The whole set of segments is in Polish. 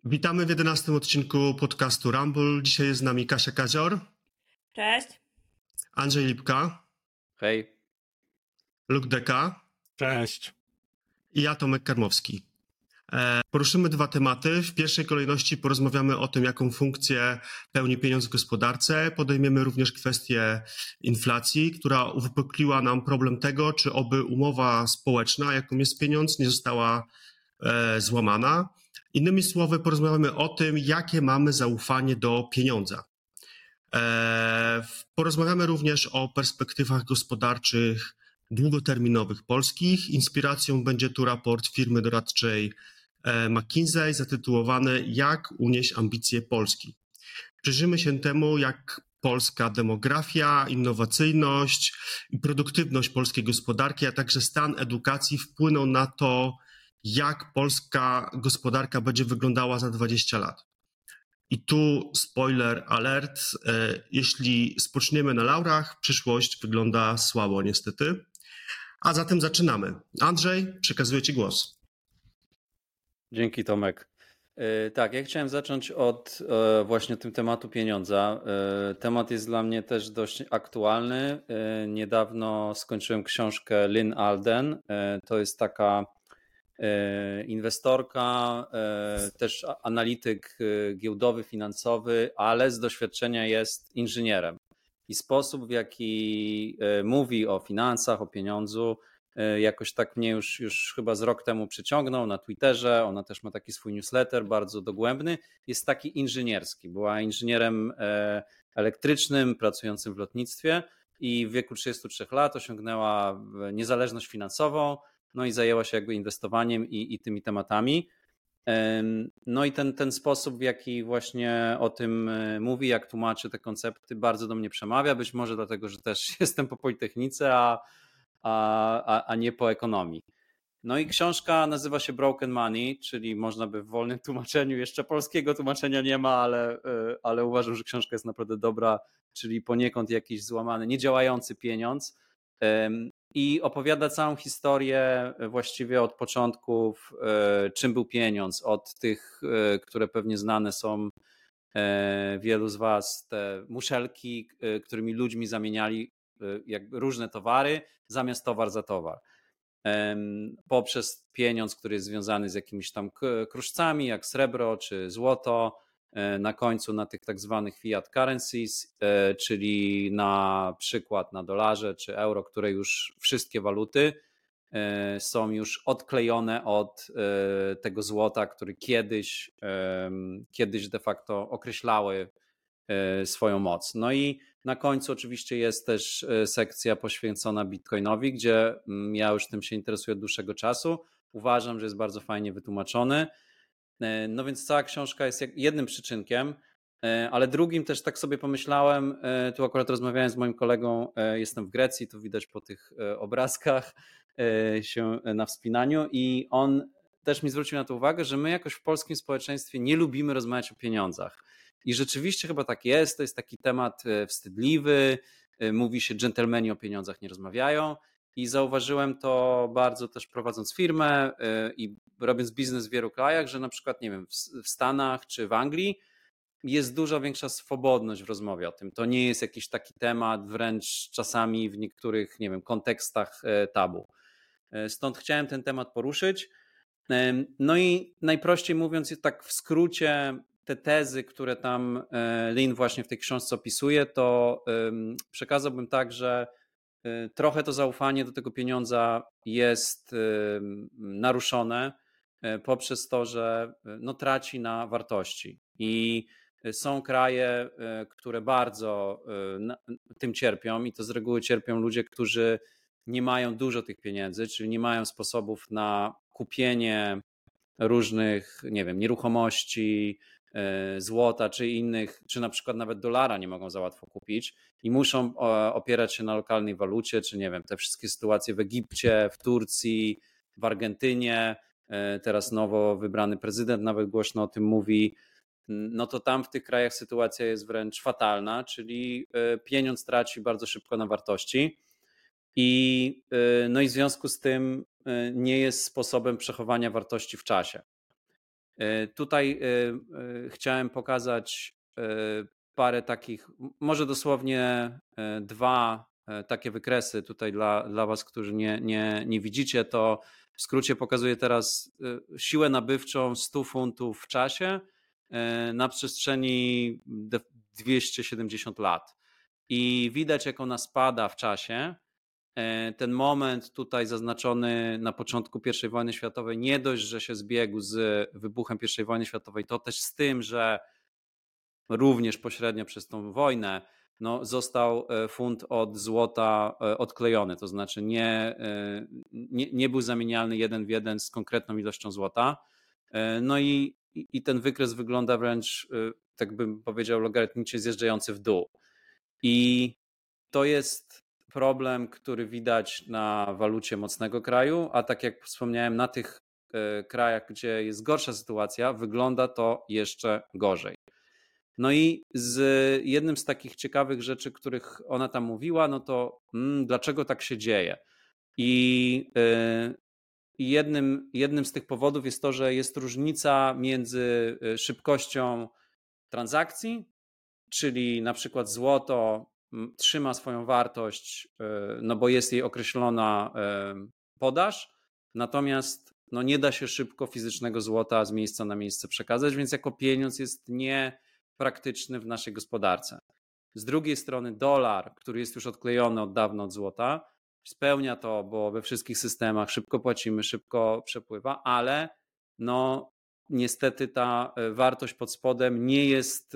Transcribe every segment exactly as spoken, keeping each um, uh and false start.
Witamy w jedenastym odcinku podcastu Rumble. Dzisiaj jest z nami Kasia Kazior. Cześć. Andrzej Lipka. Hej. Luke Deka. Cześć. I ja, Tomek Karmowski. E, poruszymy dwa tematy. W pierwszej kolejności porozmawiamy o tym, jaką funkcję pełni pieniądz w gospodarce. Podejmiemy również kwestię inflacji, która uwypukliła nam problem tego, czy oby umowa społeczna, jaką jest pieniądz, nie została e, złamana. Innymi słowy, porozmawiamy o tym, jakie mamy zaufanie do pieniądza. E, porozmawiamy również o perspektywach gospodarczych długoterminowych polskich. Inspiracją będzie tu raport firmy doradczej e, McKinsey zatytułowany Jak unieść ambicje Polski. Przyjrzymy się temu, jak polska demografia, innowacyjność i produktywność polskiej gospodarki, a także stan edukacji wpłyną na to, jak polska gospodarka będzie wyglądała za dwadzieścia lat. I tu spoiler alert, jeśli spoczniemy na laurach, przyszłość wygląda słabo niestety. A zatem zaczynamy. Andrzej, przekazuję Ci głos. Dzięki, Tomek. Tak, ja chciałem zacząć od właśnie tym tematu pieniądza. Temat jest dla mnie też dość aktualny. Niedawno skończyłem książkę Lynn Alden. To jest taka inwestorka, też analityk giełdowy, finansowy, ale z doświadczenia jest inżynierem. I sposób, w jaki mówi o finansach, o pieniądzu, jakoś tak mnie już, już chyba z rok temu przyciągnął na Twitterze. Ona też ma taki swój newsletter bardzo dogłębny. Jest taki inżynierski. Była inżynierem elektrycznym, pracującym w lotnictwie i w wieku trzydziestu trzech lat osiągnęła niezależność finansową. No i zajęła się jakby inwestowaniem i, i tymi tematami. No i ten, ten sposób, w jaki właśnie o tym mówi, jak tłumaczy te koncepty, bardzo do mnie przemawia. Być może dlatego, że też jestem po Politechnice, a, a, a nie po ekonomii. No i książka nazywa się Broken Money, czyli można by w wolnym tłumaczeniu, jeszcze polskiego tłumaczenia nie ma, ale, ale uważam, że książka jest naprawdę dobra, czyli poniekąd jakiś złamany, niedziałający pieniądz. I opowiada całą historię właściwie od początków, czym był pieniądz, od tych, które pewnie znane są wielu z Was, te muszelki, którymi ludźmi zamieniali jakby różne towary zamiast towar za towar. Poprzez pieniądz, który jest związany z jakimiś tam kruszcami, jak srebro czy złoto, na końcu na tych tak zwanych fiat currencies, czyli na przykład na dolarze czy euro, które już wszystkie waluty są już odklejone od tego złota, który kiedyś, kiedyś de facto określały swoją moc. No i na końcu oczywiście jest też sekcja poświęcona Bitcoinowi, gdzie ja już tym się interesuję od dłuższego czasu. Uważam, że jest bardzo fajnie wytłumaczony. No więc cała książka jest jednym przyczynkiem, ale drugim też tak sobie pomyślałem, tu akurat rozmawiałem z moim kolegą, jestem w Grecji, tu widać po tych obrazkach się na wspinaniu i on też mi zwrócił na to uwagę, że my jakoś w polskim społeczeństwie nie lubimy rozmawiać o pieniądzach. I rzeczywiście chyba tak jest, to jest taki temat wstydliwy, mówi się, dżentelmeni o pieniądzach nie rozmawiają. I zauważyłem to bardzo też prowadząc firmę i robiąc biznes w wielu krajach, że na przykład, nie wiem, w Stanach czy w Anglii jest dużo większa swobodność w rozmowie o tym. To nie jest jakiś taki temat, wręcz czasami w niektórych, nie wiem, kontekstach tabu. Stąd chciałem ten temat poruszyć. No i najprościej mówiąc, tak w skrócie, te tezy, które tam Lynn właśnie w tej książce opisuje, to przekazałbym tak, że trochę to zaufanie do tego pieniądza jest naruszone poprzez to, że no, traci na wartości. I są kraje, które bardzo tym cierpią i to z reguły cierpią ludzie, którzy nie mają dużo tych pieniędzy, czyli nie mają sposobów na kupienie różnych, nie wiem, nieruchomości, złota czy innych, czy na przykład nawet dolara nie mogą za łatwo kupić i muszą opierać się na lokalnej walucie, czy nie wiem, te wszystkie sytuacje w Egipcie, w Turcji, w Argentynie, teraz nowo wybrany prezydent nawet głośno o tym mówi, no to tam w tych krajach sytuacja jest wręcz fatalna, czyli pieniądz traci bardzo szybko na wartości i, no i w związku z tym nie jest sposobem przechowania wartości w czasie. Tutaj chciałem pokazać parę takich, może dosłownie dwa takie wykresy tutaj dla, dla Was, którzy nie, nie, nie widzicie, to w skrócie pokazuję teraz siłę nabywczą stu funtów w czasie na przestrzeni dwieście siedemdziesiąt lat. I widać, jak ona spada w czasie. Ten moment tutaj zaznaczony na początku pierwszej wojny światowej, nie dość, że się zbiegł z wybuchem pierwszej wojny światowej, to też z tym, że również pośrednio przez tą wojnę no, został funt od złota odklejony, to znaczy nie, nie, nie był zamienialny jeden w jeden z konkretną ilością złota. No i, i ten wykres wygląda wręcz, tak bym powiedział, logarytmicznie zjeżdżający w dół. I to jest problem, który widać na walucie mocnego kraju, a tak jak wspomniałem, na tych krajach, gdzie jest gorsza sytuacja, wygląda to jeszcze gorzej. No i z jednym z takich ciekawych rzeczy, których ona tam mówiła, no to hmm, dlaczego tak się dzieje? I yy, jednym, jednym z tych powodów jest to, że jest różnica między szybkością transakcji, czyli na przykład złoto trzyma swoją wartość, no bo jest jej określona podaż, natomiast no nie da się szybko fizycznego złota z miejsca na miejsce przekazać, więc jako pieniądz jest niepraktyczny w naszej gospodarce. Z drugiej strony dolar, który jest już odklejony od dawna od złota, spełnia to, bo we wszystkich systemach szybko płacimy, szybko przepływa, ale no niestety ta wartość pod spodem nie jest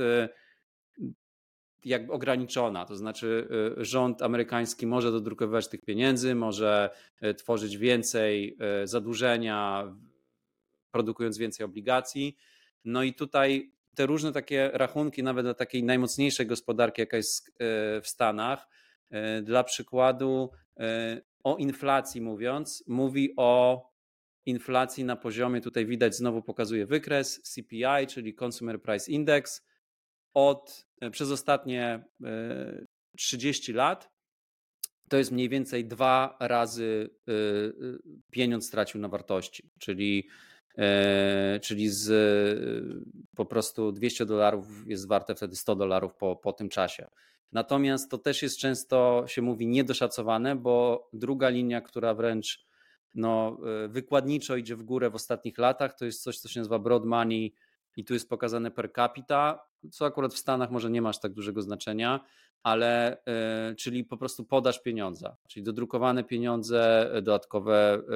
jakby ograniczona, to znaczy rząd amerykański może dodrukowywać tych pieniędzy, może tworzyć więcej zadłużenia, produkując więcej obligacji. No i tutaj te różne takie rachunki, nawet dla takiej najmocniejszej gospodarki, jaka jest w Stanach, dla przykładu o inflacji mówiąc, mówi o inflacji na poziomie, tutaj widać, znowu pokazuje wykres C P I, czyli Consumer Price Index, od, przez ostatnie trzydzieści lat to jest mniej więcej dwa razy pieniądz stracił na wartości, czyli, czyli z po prostu dwieście dolarów jest warte wtedy sto dolarów po, po tym czasie. Natomiast to też jest często, się mówi, niedoszacowane, bo druga linia, która wręcz no, wykładniczo idzie w górę w ostatnich latach, to jest coś, co się nazywa broad money i tu jest pokazane per capita, co akurat w Stanach może nie ma aż tak dużego znaczenia, ale y, czyli po prostu podaż pieniądza, czyli dodrukowane pieniądze, dodatkowe y,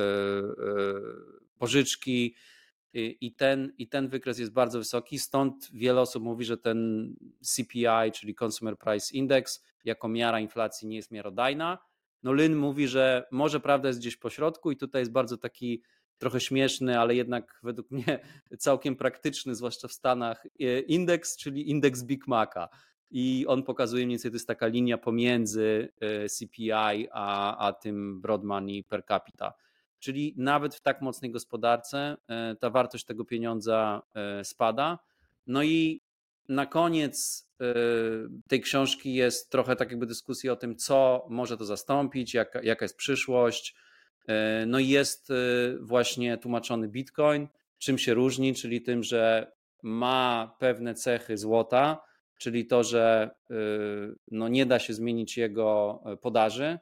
y, pożyczki y, i, ten, i ten wykres jest bardzo wysoki, stąd wiele osób mówi, że ten C P I, czyli Consumer Price Index, jako miara inflacji nie jest miarodajna. No Lynn mówi, że może prawda jest gdzieś po środku i tutaj jest bardzo taki trochę śmieszny, ale jednak według mnie całkiem praktyczny, zwłaszcza w Stanach, indeks, czyli indeks Big Maca. I on pokazuje mniej więcej, to jest taka linia pomiędzy C P I a, a tym broad money per capita. Czyli nawet w tak mocnej gospodarce ta wartość tego pieniądza spada. No i na koniec tej książki jest trochę tak jakby dyskusji o tym, co może to zastąpić, jaka, jaka jest przyszłość. No i jest właśnie tłumaczony Bitcoin, czym się różni, czyli tym, że ma pewne cechy złota, czyli to, że no nie da się zmienić jego podaży.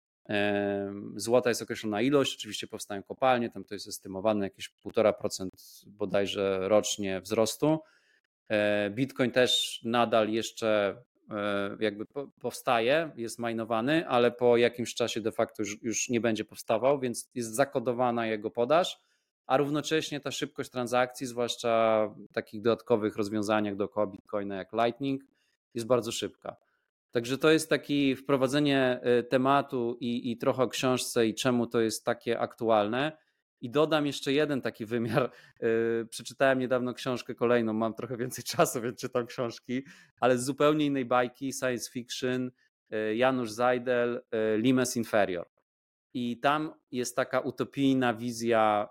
Złota jest określona ilość, oczywiście powstają kopalnie, tam to jest estymowane jakieś półtora procent bodajże rocznie wzrostu. Bitcoin też nadal jeszcze jakby powstaje, jest minowany, ale po jakimś czasie de facto już, już nie będzie powstawał, więc jest zakodowana jego podaż, a równocześnie ta szybkość transakcji, zwłaszcza w takich dodatkowych rozwiązaniach dookoła Bitcoina jak Lightning, jest bardzo szybka. Także to jest takie wprowadzenie tematu i, i trochę o książce i czemu to jest takie aktualne. I dodam jeszcze jeden taki wymiar. Przeczytałem niedawno książkę kolejną, mam trochę więcej czasu, więc czytam książki, ale z zupełnie innej bajki, science fiction, Janusz Zajdel, Limes Inferior. I tam jest taka utopijna wizja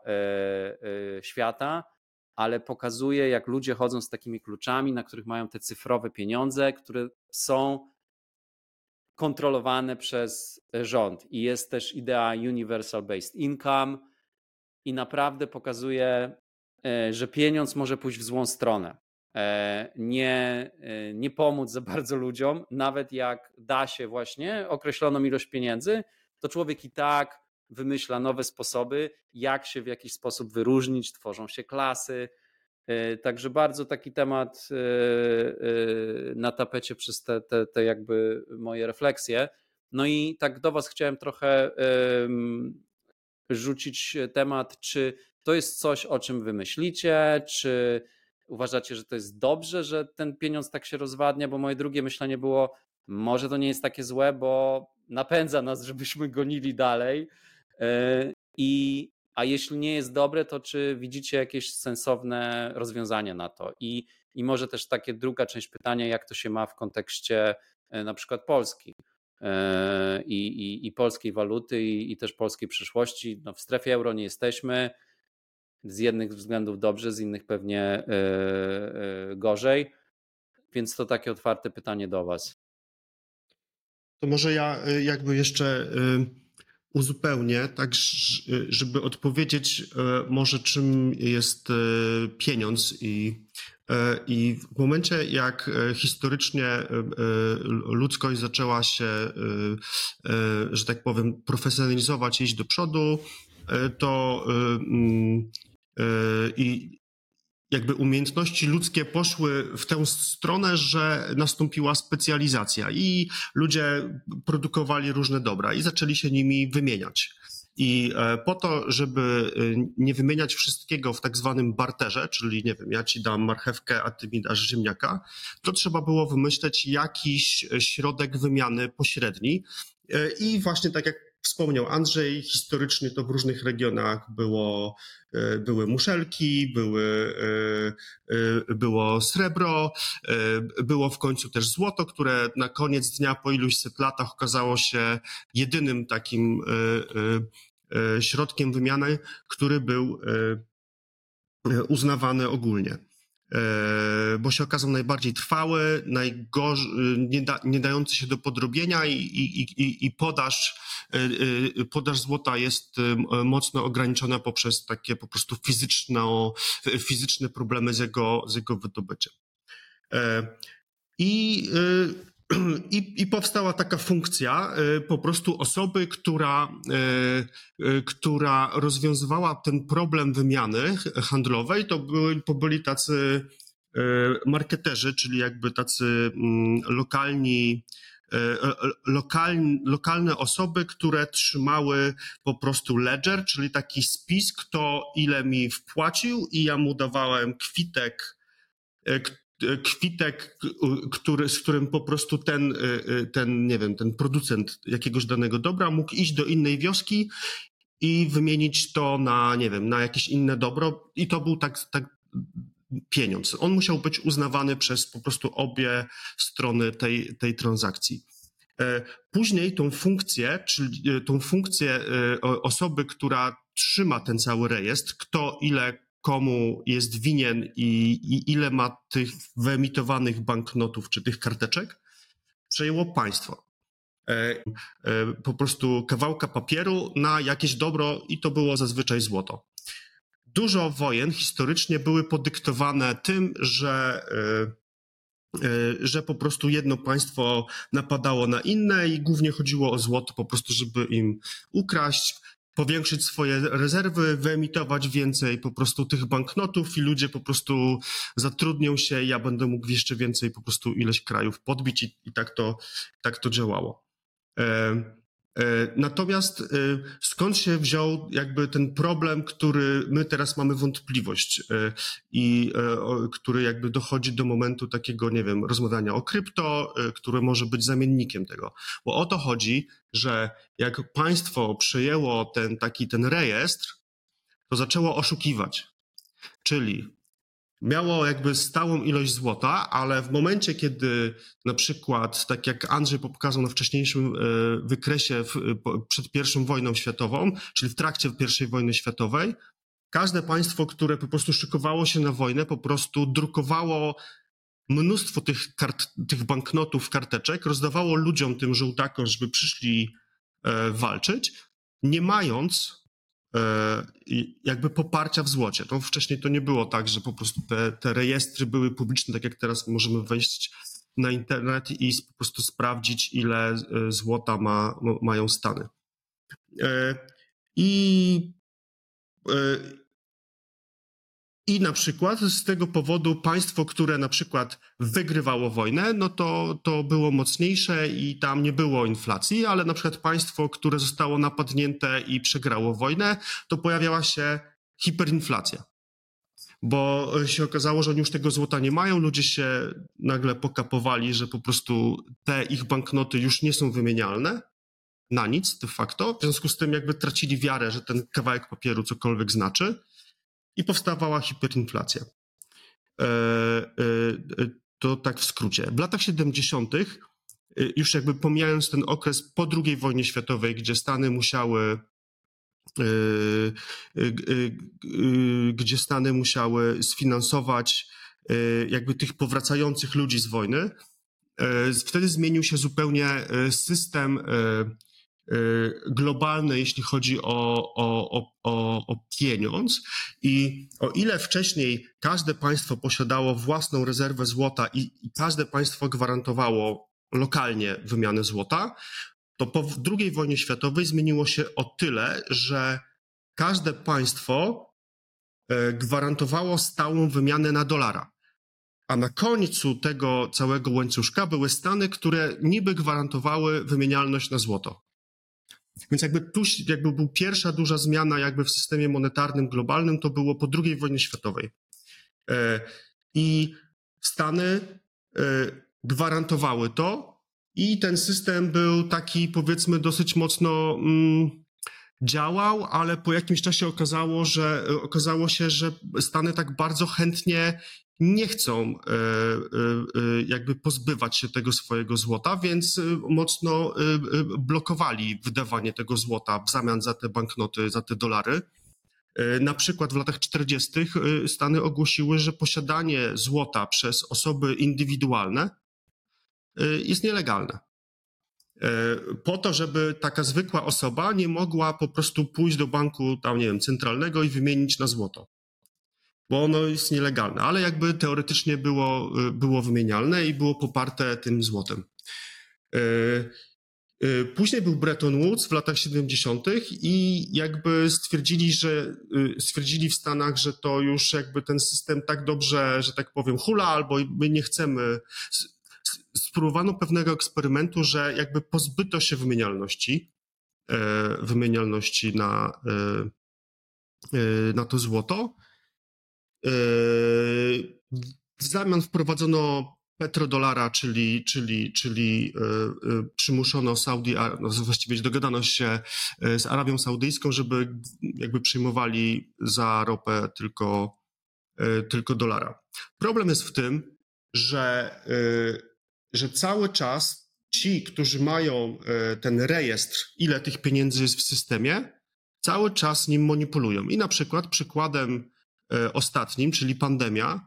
świata, ale pokazuje, jak ludzie chodzą z takimi kluczami, na których mają te cyfrowe pieniądze, które są kontrolowane przez rząd. I jest też idea Universal Based Income, i naprawdę pokazuje, że pieniądz może pójść w złą stronę. Nie, nie pomóc za bardzo ludziom, nawet jak da się właśnie określoną ilość pieniędzy, to człowiek i tak wymyśla nowe sposoby, jak się w jakiś sposób wyróżnić, tworzą się klasy. Także bardzo taki temat na tapecie przez te, te, te jakby moje refleksje. No i tak do was chciałem trochę rzucić temat, czy to jest coś, o czym wy myślicie, czy uważacie, że to jest dobrze, że ten pieniądz tak się rozwadnia, bo moje drugie myślenie było, może to nie jest takie złe, bo napędza nas, żebyśmy gonili dalej. I, a jeśli nie jest dobre, to czy widzicie jakieś sensowne rozwiązanie na to? I, i może też takie druga część pytania, jak to się ma w kontekście na przykład Polski i, i, i polskiej waluty i, i też polskiej przyszłości. No w strefie euro nie jesteśmy, z jednych względów dobrze, z innych pewnie gorzej, więc to takie otwarte pytanie do was. To może ja jakby jeszcze uzupełnię, tak żeby odpowiedzieć może czym jest pieniądz i, i w momencie jak historycznie ludzkość zaczęła się, że tak powiem, profesjonalizować, iść do przodu, to i jakby umiejętności ludzkie poszły w tę stronę, że nastąpiła specjalizacja i ludzie produkowali różne dobra i zaczęli się nimi wymieniać. I po to, żeby nie wymieniać wszystkiego w tak zwanym barterze, czyli nie wiem, ja ci dam marchewkę, a ty mi dasz ziemniaka, to trzeba było wymyśleć jakiś środek wymiany pośredni. I właśnie tak jak wspomniał Andrzej, historycznie to w różnych regionach było, były muszelki, były, było srebro, było w końcu też złoto, które na koniec dnia po iluś set latach okazało się jedynym takim środkiem wymiany, który był uznawany ogólnie. Bo się okazał najbardziej trwały, najgorzej, nie, da, nie dający się do podrobienia i, i, i, i podaż, podaż złota jest mocno ograniczona poprzez takie po prostu fizyczno, fizyczne problemy z jego, z jego wydobyciem. I, i, I powstała taka funkcja po prostu osoby, która, która rozwiązywała ten problem wymiany handlowej. To byli, to byli tacy marketerzy, czyli jakby tacy lokalni, lokalni, lokalne osoby, które trzymały po prostu ledger, czyli taki spis, kto ile mi wpłacił i ja mu dawałem kwitek, kwitek, który, z którym po prostu ten, ten, nie wiem, ten producent jakiegoś danego dobra mógł iść do innej wioski i wymienić to na, nie wiem, na jakieś inne dobro i to był tak, tak pieniądz. On musiał być uznawany przez po prostu obie strony tej, tej transakcji. Później tą funkcję, czyli tą funkcję osoby, która trzyma ten cały rejestr, kto ile komu jest winien i, i ile ma tych wyemitowanych banknotów czy tych karteczek, przejęło państwo. E, e, po prostu kawałka papieru na jakieś dobro i to było zazwyczaj złoto. Dużo wojen historycznie były podyktowane tym, że, e, e, że po prostu jedno państwo napadało na inne i głównie chodziło o złoto, po prostu żeby im ukraść, powiększyć swoje rezerwy, wyemitować więcej po prostu tych banknotów i ludzie po prostu zatrudnią się i ja będę mógł jeszcze więcej po prostu ileś krajów podbić i, i tak to, tak to działało. E, e, natomiast e, skąd się wziął jakby ten problem, który my teraz mamy wątpliwość e, i e, o, który jakby dochodzi do momentu takiego, nie wiem, rozmawiania o krypto, e, które może być zamiennikiem tego. Bo o to chodzi, że jak państwo przejęło ten taki ten rejestr, to zaczęło oszukiwać. Czyli miało jakby stałą ilość złota, ale w momencie, kiedy na przykład, tak jak Andrzej pokazał na wcześniejszym wykresie przed pierwszą wojną światową, czyli w trakcie pierwszej wojny światowej, każde państwo, które po prostu szykowało się na wojnę, po prostu drukowało mnóstwo tych, kart, tych banknotów, karteczek, rozdawało ludziom, tym żołdakom, żeby przyszli e, walczyć, nie mając jakby poparcia w złocie. No, wcześniej to nie było tak, że po prostu te, te rejestry były publiczne, tak jak teraz możemy wejść na internet i po prostu sprawdzić, ile złota ma, mają stany. I, I na przykład z tego powodu państwo, które na przykład wygrywało wojnę, no to, to było mocniejsze i tam nie było inflacji, ale na przykład państwo, które zostało napadnięte i przegrało wojnę, to pojawiała się hiperinflacja. Bo się okazało, że oni już tego złota nie mają, ludzie się nagle pokapowali, że po prostu te ich banknoty już nie są wymienialne na nic de facto. W związku z tym jakby tracili wiarę, że ten kawałek papieru cokolwiek znaczy i powstawała hiperinflacja. E, e, to tak w skrócie. W latach siedemdziesiątych, już jakby pomijając ten okres po drugiej wojnie światowej, gdzie Stany musiały gdzie Stany musiały sfinansować jakby tych powracających ludzi z wojny. Wtedy zmienił się zupełnie system globalny, jeśli chodzi o, o, o, o pieniądz. I o ile wcześniej każde państwo posiadało własną rezerwę złota i, i każde państwo gwarantowało lokalnie wymianę złota, to po drugiej wojnie światowej zmieniło się o tyle, że każde państwo gwarantowało stałą wymianę na dolara. A na końcu tego całego łańcuszka były Stany, które niby gwarantowały wymienialność na złoto. Więc jakby tu jakby była pierwsza duża zmiana jakby w systemie monetarnym globalnym, to było po drugiej wojnie światowej. I Stany gwarantowały to i ten system był taki, powiedzmy, dosyć mocno mm, działał, ale po jakimś czasie okazało, że, okazało się, że Stany tak bardzo chętnie nie chcą e, e, jakby pozbywać się tego swojego złota, więc mocno e, blokowali wydawanie tego złota w zamian za te banknoty, za te dolary. E, na przykład w latach czterdziestych Stany ogłosiły, że posiadanie złota przez osoby indywidualne e, jest nielegalne. E, po to, żeby taka zwykła osoba nie mogła po prostu pójść do banku tam, nie wiem, centralnego i wymienić na złoto, bo ono jest nielegalne, ale jakby teoretycznie było, było wymienialne i było poparte tym złotem. Później był Bretton Woods w latach siedemdziesiątych i jakby stwierdzili, że stwierdzili w Stanach, że to już jakby ten system tak dobrze, że tak powiem, hula, albo my nie chcemy. Spróbowano pewnego eksperymentu, że jakby pozbyto się wymienialności, wymienialności na, na to złoto. W zamian wprowadzono petrodolara, czyli, czyli, czyli przymuszono Saudi, no właściwie dogadano się z Arabią Saudyjską, żeby jakby przyjmowali za ropę tylko, tylko dolara. Problem jest w tym, że, że cały czas ci, którzy mają ten rejestr, ile tych pieniędzy jest w systemie, cały czas nim manipulują. I na przykład przykładem ostatnim, czyli pandemia,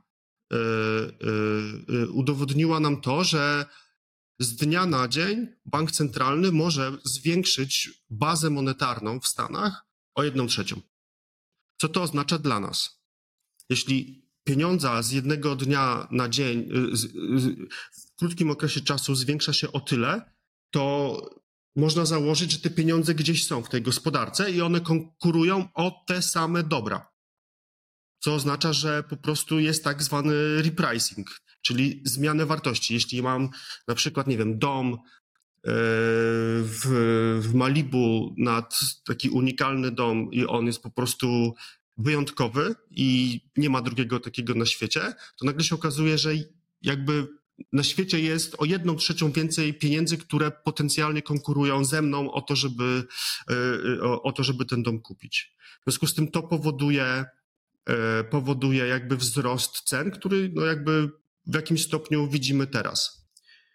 udowodniła nam to, że z dnia na dzień bank centralny może zwiększyć bazę monetarną w Stanach o jedną trzecią. Co to oznacza dla nas? Jeśli pieniądza z jednego dnia na dzień w krótkim okresie czasu zwiększa się o tyle, to można założyć, że te pieniądze gdzieś są w tej gospodarce i one konkurują o te same dobra. Co oznacza, że po prostu jest tak zwany repricing, czyli zmianę wartości. Jeśli mam na przykład, nie wiem, dom w, w Malibu, nad taki unikalny dom i on jest po prostu wyjątkowy i nie ma drugiego takiego na świecie, to nagle się okazuje, że jakby na świecie jest o jedną trzecią więcej pieniędzy, które potencjalnie konkurują ze mną o to, żeby, o, o to, żeby ten dom kupić. W związku z tym to powoduje powoduje jakby wzrost cen, który no jakby w jakimś stopniu widzimy teraz.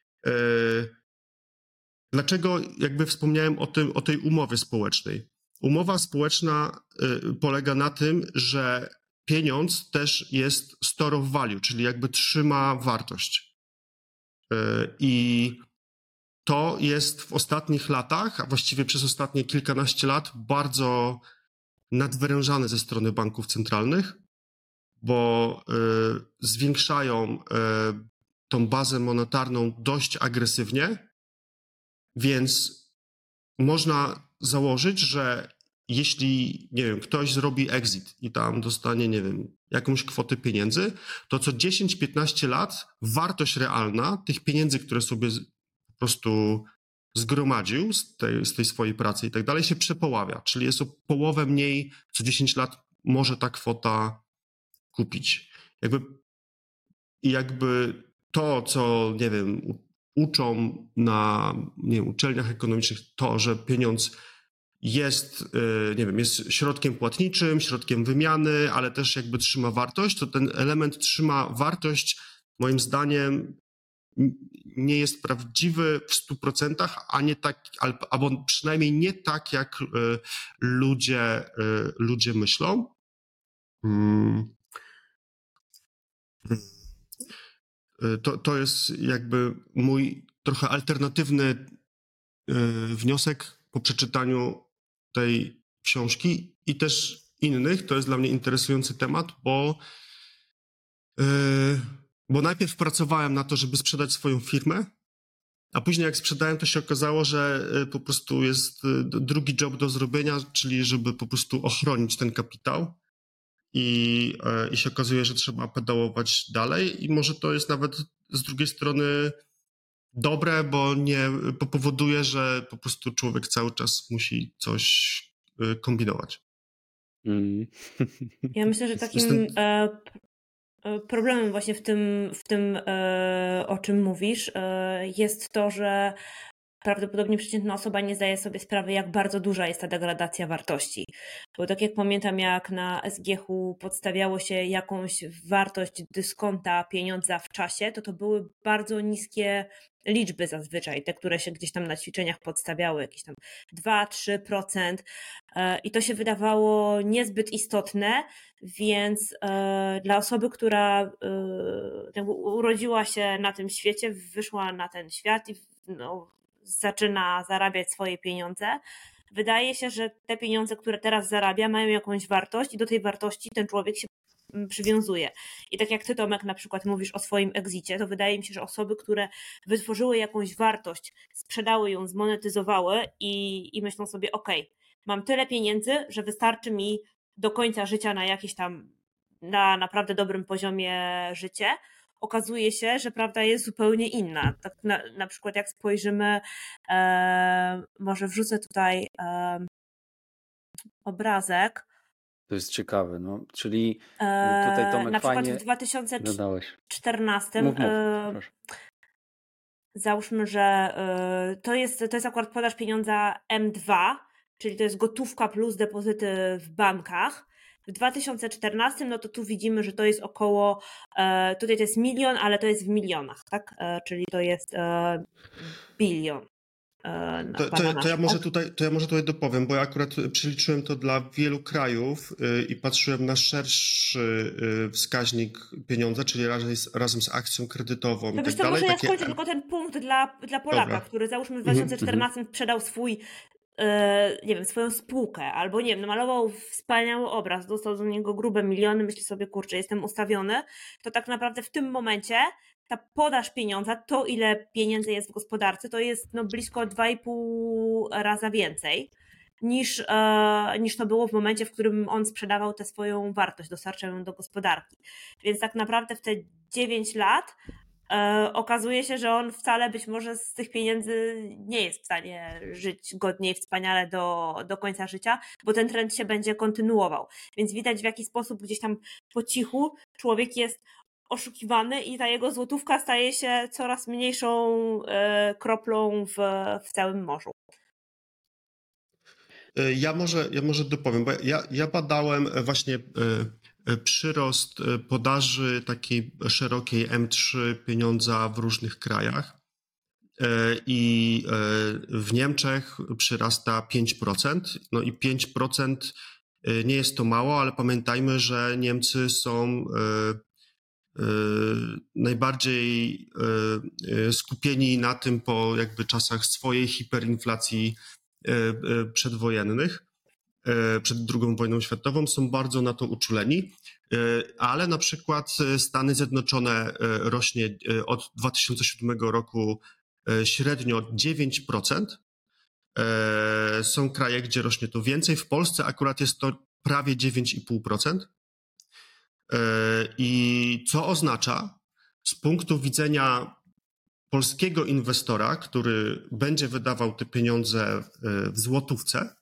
Dlaczego jakby wspomniałem o tym, o tej umowie społecznej? Umowa społeczna polega na tym, że pieniądz też jest store of value, czyli jakby trzyma wartość. I to jest w ostatnich latach, a właściwie przez ostatnie kilkanaście lat bardzo nadwyrężane ze strony banków centralnych, bo zwiększają tą bazę monetarną dość agresywnie, więc można założyć, że jeśli, nie wiem, ktoś zrobi exit i tam dostanie, nie wiem, jakąś kwotę pieniędzy, to co dziesięć piętnaście lat wartość realna tych pieniędzy, które sobie po prostu zgromadził z tej, z tej swojej pracy i tak dalej, się przepoławia, czyli jest o połowę mniej co dziesięć lat może ta kwota kupić. Jakby, i jakby to, co, nie wiem, uczą na, nie wiem, uczelniach ekonomicznych, to, że pieniądz jest, nie wiem, jest środkiem płatniczym, środkiem wymiany, ale też jakby trzyma wartość, to ten element trzyma wartość, moim zdaniem, nie jest prawdziwy w stu procentach, a nie tak, albo przynajmniej nie tak, jak ludzie, ludzie myślą. Hmm. To, to jest jakby mój trochę alternatywny wniosek po przeczytaniu tej książki i też innych. To jest dla mnie interesujący temat, bo, bo najpierw pracowałem na to, żeby sprzedać swoją firmę, a później jak sprzedałem, to się okazało, że po prostu jest drugi job do zrobienia, czyli żeby po prostu ochronić ten kapitał. I, i się okazuje, że trzeba pedałować dalej i może to jest nawet z drugiej strony dobre, bo nie, bo powoduje, że po prostu człowiek cały czas musi coś kombinować. Mm. Ja myślę, że takim Jestem... problemem właśnie w tym, w tym o czym mówisz, jest to, że prawdopodobnie przeciętna osoba nie zdaje sobie sprawy, jak bardzo duża jest ta degradacja wartości. Bo tak jak pamiętam, jak na S G H u podstawiało się jakąś wartość dyskonta pieniądza w czasie, to to były bardzo niskie liczby zazwyczaj, te, które się gdzieś tam na ćwiczeniach podstawiały, jakieś tam dwa do trzech procent i to się wydawało niezbyt istotne, więc dla osoby, która urodziła się na tym świecie, wyszła na ten świat i no, zaczyna zarabiać swoje pieniądze, wydaje się, że te pieniądze, które teraz zarabia, mają jakąś wartość i do tej wartości ten człowiek się przywiązuje. I tak jak ty, Tomek, na przykład mówisz o swoim exicie, to wydaje mi się, że osoby, które wytworzyły jakąś wartość, sprzedały ją, zmonetyzowały i, i myślą sobie, ok, mam tyle pieniędzy, że wystarczy mi do końca życia na jakieś tam, na naprawdę dobrym poziomie życie, okazuje się, że prawda jest zupełnie inna. Tak na, na przykład jak spojrzymy, e, może wrzucę tutaj e, obrazek. To jest ciekawe, no, czyli tutaj Tomek na przykład fajnie w dwa tysiące czternastym mów, mów, e, załóżmy, że e, to jest, to jest akurat podaż pieniądza M dwa, czyli to jest gotówka plus depozyty w bankach. W dwa tysiące czternastym, no to tu widzimy, że to jest około, e, tutaj to jest milion, ale to jest w milionach, tak? E, czyli to jest e, bilion. E, to, to, to, ja może tutaj, to ja może tutaj dopowiem, bo ja akurat przeliczyłem to dla wielu krajów y, i patrzyłem na szerszy y, wskaźnik pieniądza, czyli razem z, razem z akcją kredytową no i tak to dalej. Może takie... ja skończę tylko ten punkt dla, dla Polaka, Dobra. który załóżmy w dwa tysiące czternastym mm-hmm. sprzedał swój nie wiem, swoją spółkę, albo nie wiem, namalował wspaniały obraz, dostał do niego grube miliony, myśli sobie, kurczę, jestem ustawiony, to tak naprawdę w tym momencie ta podaż pieniądza, to ile pieniędzy jest w gospodarce, to jest no blisko dwa i pół raza więcej niż, e, niż to było w momencie, w którym on sprzedawał tę swoją wartość, dostarczał ją do gospodarki. Więc tak naprawdę w te dziewięć lat E, okazuje się, że on wcale być może z tych pieniędzy nie jest w stanie żyć godnie i wspaniale do, do końca życia, bo ten trend się będzie kontynuował. Więc widać, w jaki sposób gdzieś tam po cichu człowiek jest oszukiwany i ta jego złotówka staje się coraz mniejszą e, kroplą w, w całym morzu. Ja może, ja może dopowiem, bo ja, ja badałem właśnie przyrost podaży takiej szerokiej M trzy pieniądza w różnych krajach i w Niemczech przyrasta pięć procent, no i pięć procent nie jest to mało, ale pamiętajmy, że Niemcy są najbardziej skupieni na tym po jakby czasach swojej hiperinflacji przedwojennych. przed drugą wojną światową, są bardzo na to uczuleni, ale na przykład Stany Zjednoczone rośnie od dwa tysiące siódmego roku średnio dziewięć procent. Są kraje, gdzie rośnie to więcej. W Polsce akurat jest to prawie dziewięć i pół procent. I co oznacza z punktu widzenia polskiego inwestora, który będzie wydawał te pieniądze w złotówce,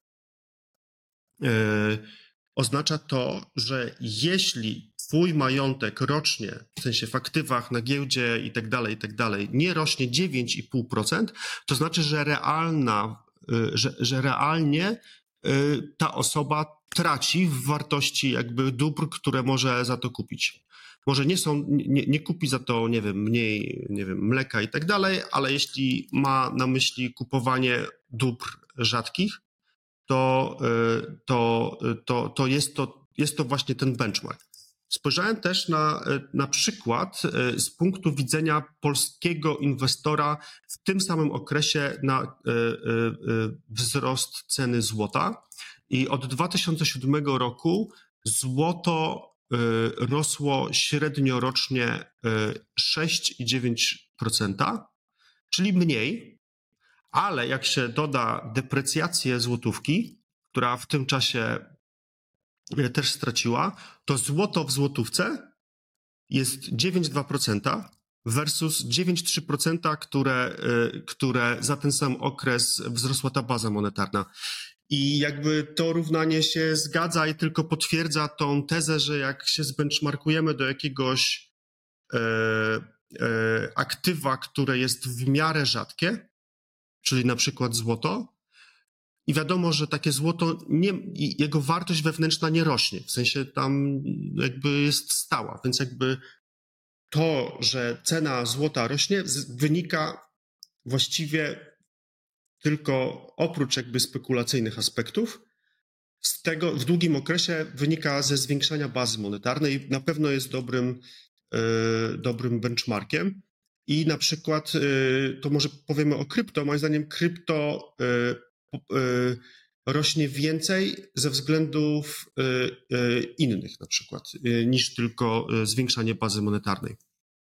oznacza to, że jeśli twój majątek rocznie, w sensie w aktywach na giełdzie i tak dalej, i tak dalej, nie rośnie dziewięć i pół procent, to znaczy, że realna, że, że realnie ta osoba traci w wartości jakby dóbr, które może za to kupić. Może nie są, nie, nie kupi za to, nie wiem, mniej, nie wiem, mleka i tak dalej, ale jeśli ma na myśli kupowanie dóbr rzadkich, to, to, to, to, jest, to jest to właśnie ten benchmark. Spojrzałem też na, na przykład z punktu widzenia polskiego inwestora w tym samym okresie na wzrost ceny złota i od dwa tysiące siódmego roku złoto rosło średnio rocznie sześć przecinek dziewięć procent, czyli mniej, ale jak się doda deprecjację złotówki, która w tym czasie też straciła, to złoto w złotówce jest dziewięć przecinek dwa procent versus dziewięć przecinek trzy procent, które, które za ten sam okres wzrosła ta baza monetarna. I jakby to równanie się zgadza i tylko potwierdza tą tezę, że jak się zbenchmarkujemy do jakiegoś e, e, aktywa, które jest w miarę rzadkie, czyli na przykład złoto, i wiadomo, że takie złoto, nie, jego wartość wewnętrzna nie rośnie, w sensie tam jakby jest stała, więc jakby to, że cena złota rośnie, wynika właściwie tylko oprócz jakby spekulacyjnych aspektów, z tego w długim okresie wynika ze zwiększania bazy monetarnej, na pewno jest dobrym, yy, dobrym benchmarkiem. I na przykład, yy, to może powiemy o krypto, moim zdaniem krypto yy, yy, rośnie więcej ze względów yy, yy, innych na przykład, yy, niż tylko yy, zwiększanie bazy monetarnej.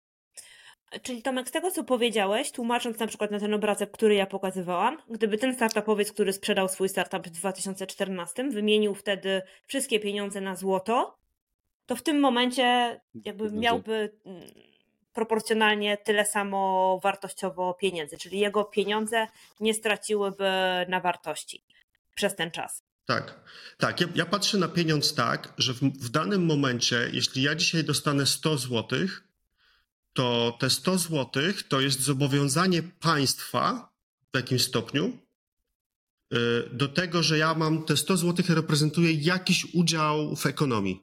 Czyli Tomek, z tego co powiedziałeś, tłumacząc na przykład na ten obrazek, który ja pokazywałam, gdyby ten startupowiec, który sprzedał swój startup w dwa tysiące czternastym, wymienił wtedy wszystkie pieniądze na złoto, to w tym momencie jakby miałby proporcjonalnie tyle samo wartościowo pieniędzy, czyli jego pieniądze nie straciłyby na wartości przez ten czas. Tak, tak. Ja, ja patrzę na pieniądz tak, że w, w danym momencie, jeśli ja dzisiaj dostanę sto złotych, to te sto złotych to jest zobowiązanie państwa w jakimś stopniu do tego, że ja mam te sto złotych reprezentuje jakiś udział w ekonomii.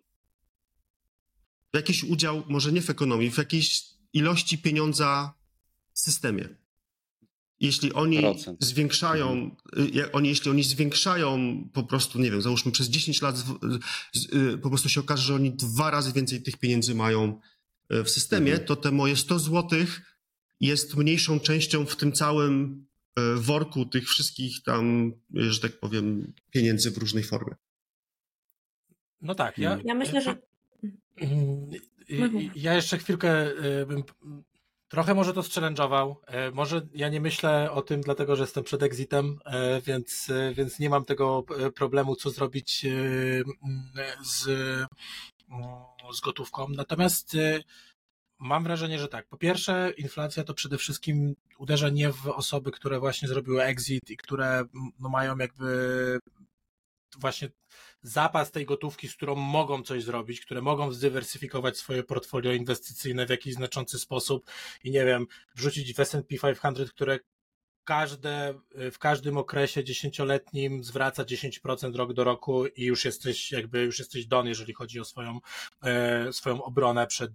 Jakiś udział, może nie w ekonomii, w jakiejś ilości pieniądza w systemie. Jeśli oni Procent. zwiększają, mhm. oni, jeśli oni zwiększają po prostu, nie wiem, załóżmy przez dziesięć lat, po prostu się okaże, że oni dwa razy więcej tych pieniędzy mają w systemie, mhm. to te moje sto złotych jest mniejszą częścią w tym całym worku tych wszystkich tam, że tak powiem, pieniędzy w różnej formie. No tak, ja... Ja myślę, że... Ja jeszcze chwilkę bym trochę może to zchallenge'ował. Może ja nie myślę o tym, dlatego że jestem przed exitem, więc, więc nie mam tego problemu, co zrobić z, z gotówką. Natomiast mam wrażenie, że tak. Po pierwsze, inflacja to przede wszystkim uderza nie w osoby, które właśnie zrobiły exit i które no, mają jakby właśnie zapas tej gotówki, z którą mogą coś zrobić, które mogą zdywersyfikować swoje portfolio inwestycyjne w jakiś znaczący sposób i nie wiem, wrzucić w S and P pięćset, które każde, w każdym okresie dziesięcioletnim zwraca dziesięć procent rok do roku i już jesteś jakby, już jesteś don, jeżeli chodzi o swoją, e, swoją obronę przed,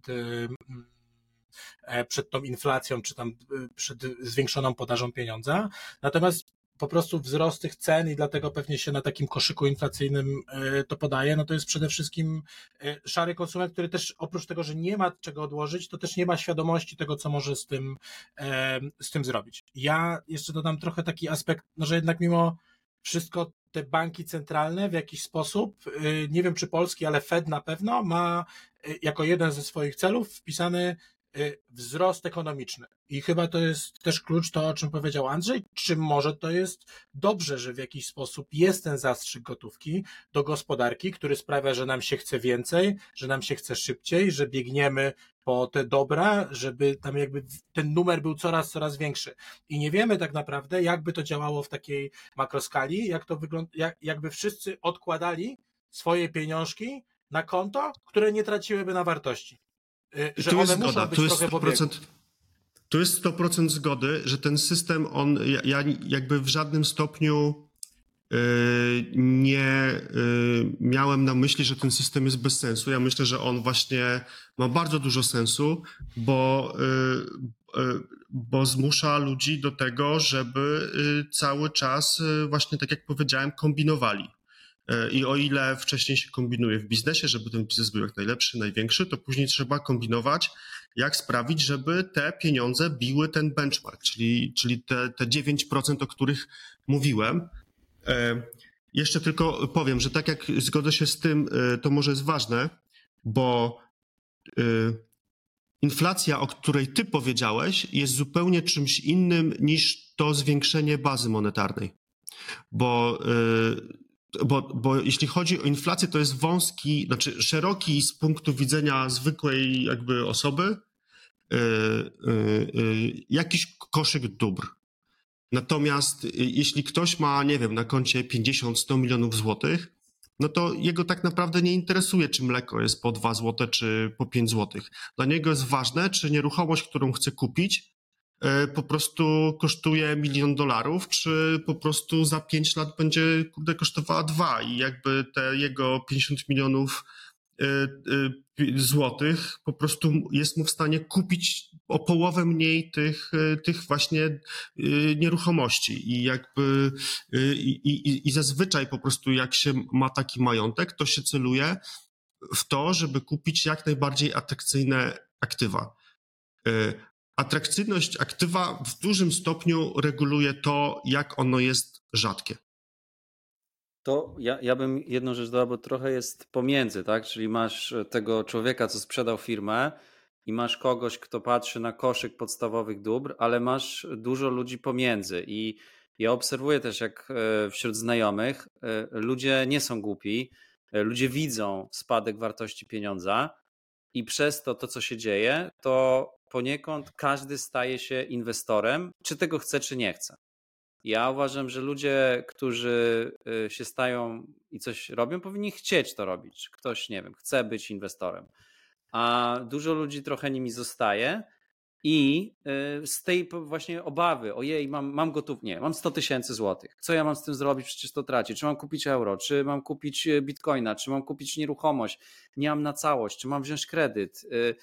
e, przed tą inflacją, czy tam przed zwiększoną podażą pieniądza. Natomiast po prostu wzrost tych cen i dlatego pewnie się na takim koszyku inflacyjnym to podaje, no to jest przede wszystkim szary konsument, który też oprócz tego, że nie ma czego odłożyć, to też nie ma świadomości tego, co może z tym, z tym zrobić. Ja jeszcze dodam trochę taki aspekt, no że jednak mimo wszystko te banki centralne w jakiś sposób, nie wiem czy polski, ale Fed na pewno ma jako jeden ze swoich celów wpisany wzrost ekonomiczny. I chyba to jest też klucz to, o czym powiedział Andrzej, czy może to jest dobrze, że w jakiś sposób jest ten zastrzyk gotówki do gospodarki, który sprawia, że nam się chce więcej, że nam się chce szybciej, że biegniemy po te dobra, żeby tam jakby ten numer był coraz, coraz większy. I nie wiemy tak naprawdę, jakby to działało w takiej makroskali, jak to wygląda, jak, jakby wszyscy odkładali swoje pieniążki na konto, które nie traciłyby na wartości. Że tu jest one muszą zgoda, być tu jest trochę sto procent, po biegu. tu jest sto procent zgody, że ten system, on, ja, ja jakby w żadnym stopniu yy, nie yy, miałem na myśli, że ten system jest bez sensu. Ja myślę, że on właśnie ma bardzo dużo sensu, bo, yy, yy, bo zmusza ludzi do tego, żeby yy, cały czas, yy, właśnie tak jak powiedziałem, kombinowali. I o ile wcześniej się kombinuje w biznesie, żeby ten biznes był jak najlepszy, największy, to później trzeba kombinować, jak sprawić, żeby te pieniądze biły ten benchmark, czyli, czyli te, te dziewięć procent, o których mówiłem. Jeszcze tylko powiem, że tak jak zgodzę się z tym, to może jest ważne, bo inflacja, o której ty powiedziałeś, jest zupełnie czymś innym niż to zwiększenie bazy monetarnej. Bo Bo, bo jeśli chodzi o inflację, to jest wąski, znaczy szeroki z punktu widzenia zwykłej jakby osoby yy, yy, yy, jakiś koszyk dóbr. Natomiast yy, jeśli ktoś ma, nie wiem, na koncie pięćdziesiąt sto milionów złotych, no to jego tak naprawdę nie interesuje, czy mleko jest po dwa złote, czy po pięć złotych. Dla niego jest ważne, czy nieruchomość, którą chce kupić, po prostu kosztuje milion dolarów, czy po prostu za pięć lat będzie kurde kosztowała dwa i jakby te jego pięćdziesiąt milionów y, y, złotych po prostu jest mu w stanie kupić o połowę mniej tych, tych właśnie y, nieruchomości i jakby y, i, i zazwyczaj po prostu jak się ma taki majątek, to się celuje w to, żeby kupić jak najbardziej atrakcyjne aktywa. Y, Atrakcyjność aktywa w dużym stopniu reguluje to, jak ono jest rzadkie. To ja, ja bym jedną rzecz dodał, bo trochę jest pomiędzy, tak? Czyli masz tego człowieka, co sprzedał firmę i masz kogoś, kto patrzy na koszyk podstawowych dóbr, ale masz dużo ludzi pomiędzy i ja obserwuję też, jak wśród znajomych ludzie nie są głupi, ludzie widzą spadek wartości pieniądza i przez to, to co się dzieje, to poniekąd każdy staje się inwestorem, czy tego chce, czy nie chce. Ja uważam, że ludzie, którzy się stają i coś robią, powinni chcieć to robić. Ktoś, nie wiem, chce być inwestorem. A dużo ludzi trochę nimi zostaje i z tej właśnie obawy, ojej, mam, mam gotów, nie, mam sto tysięcy złotych. Co ja mam z tym zrobić? Przecież to traci. Czy mam kupić euro? Czy mam kupić bitcoina? Czy mam kupić nieruchomość? Nie mam na całość? Czy mam wziąć kredyt?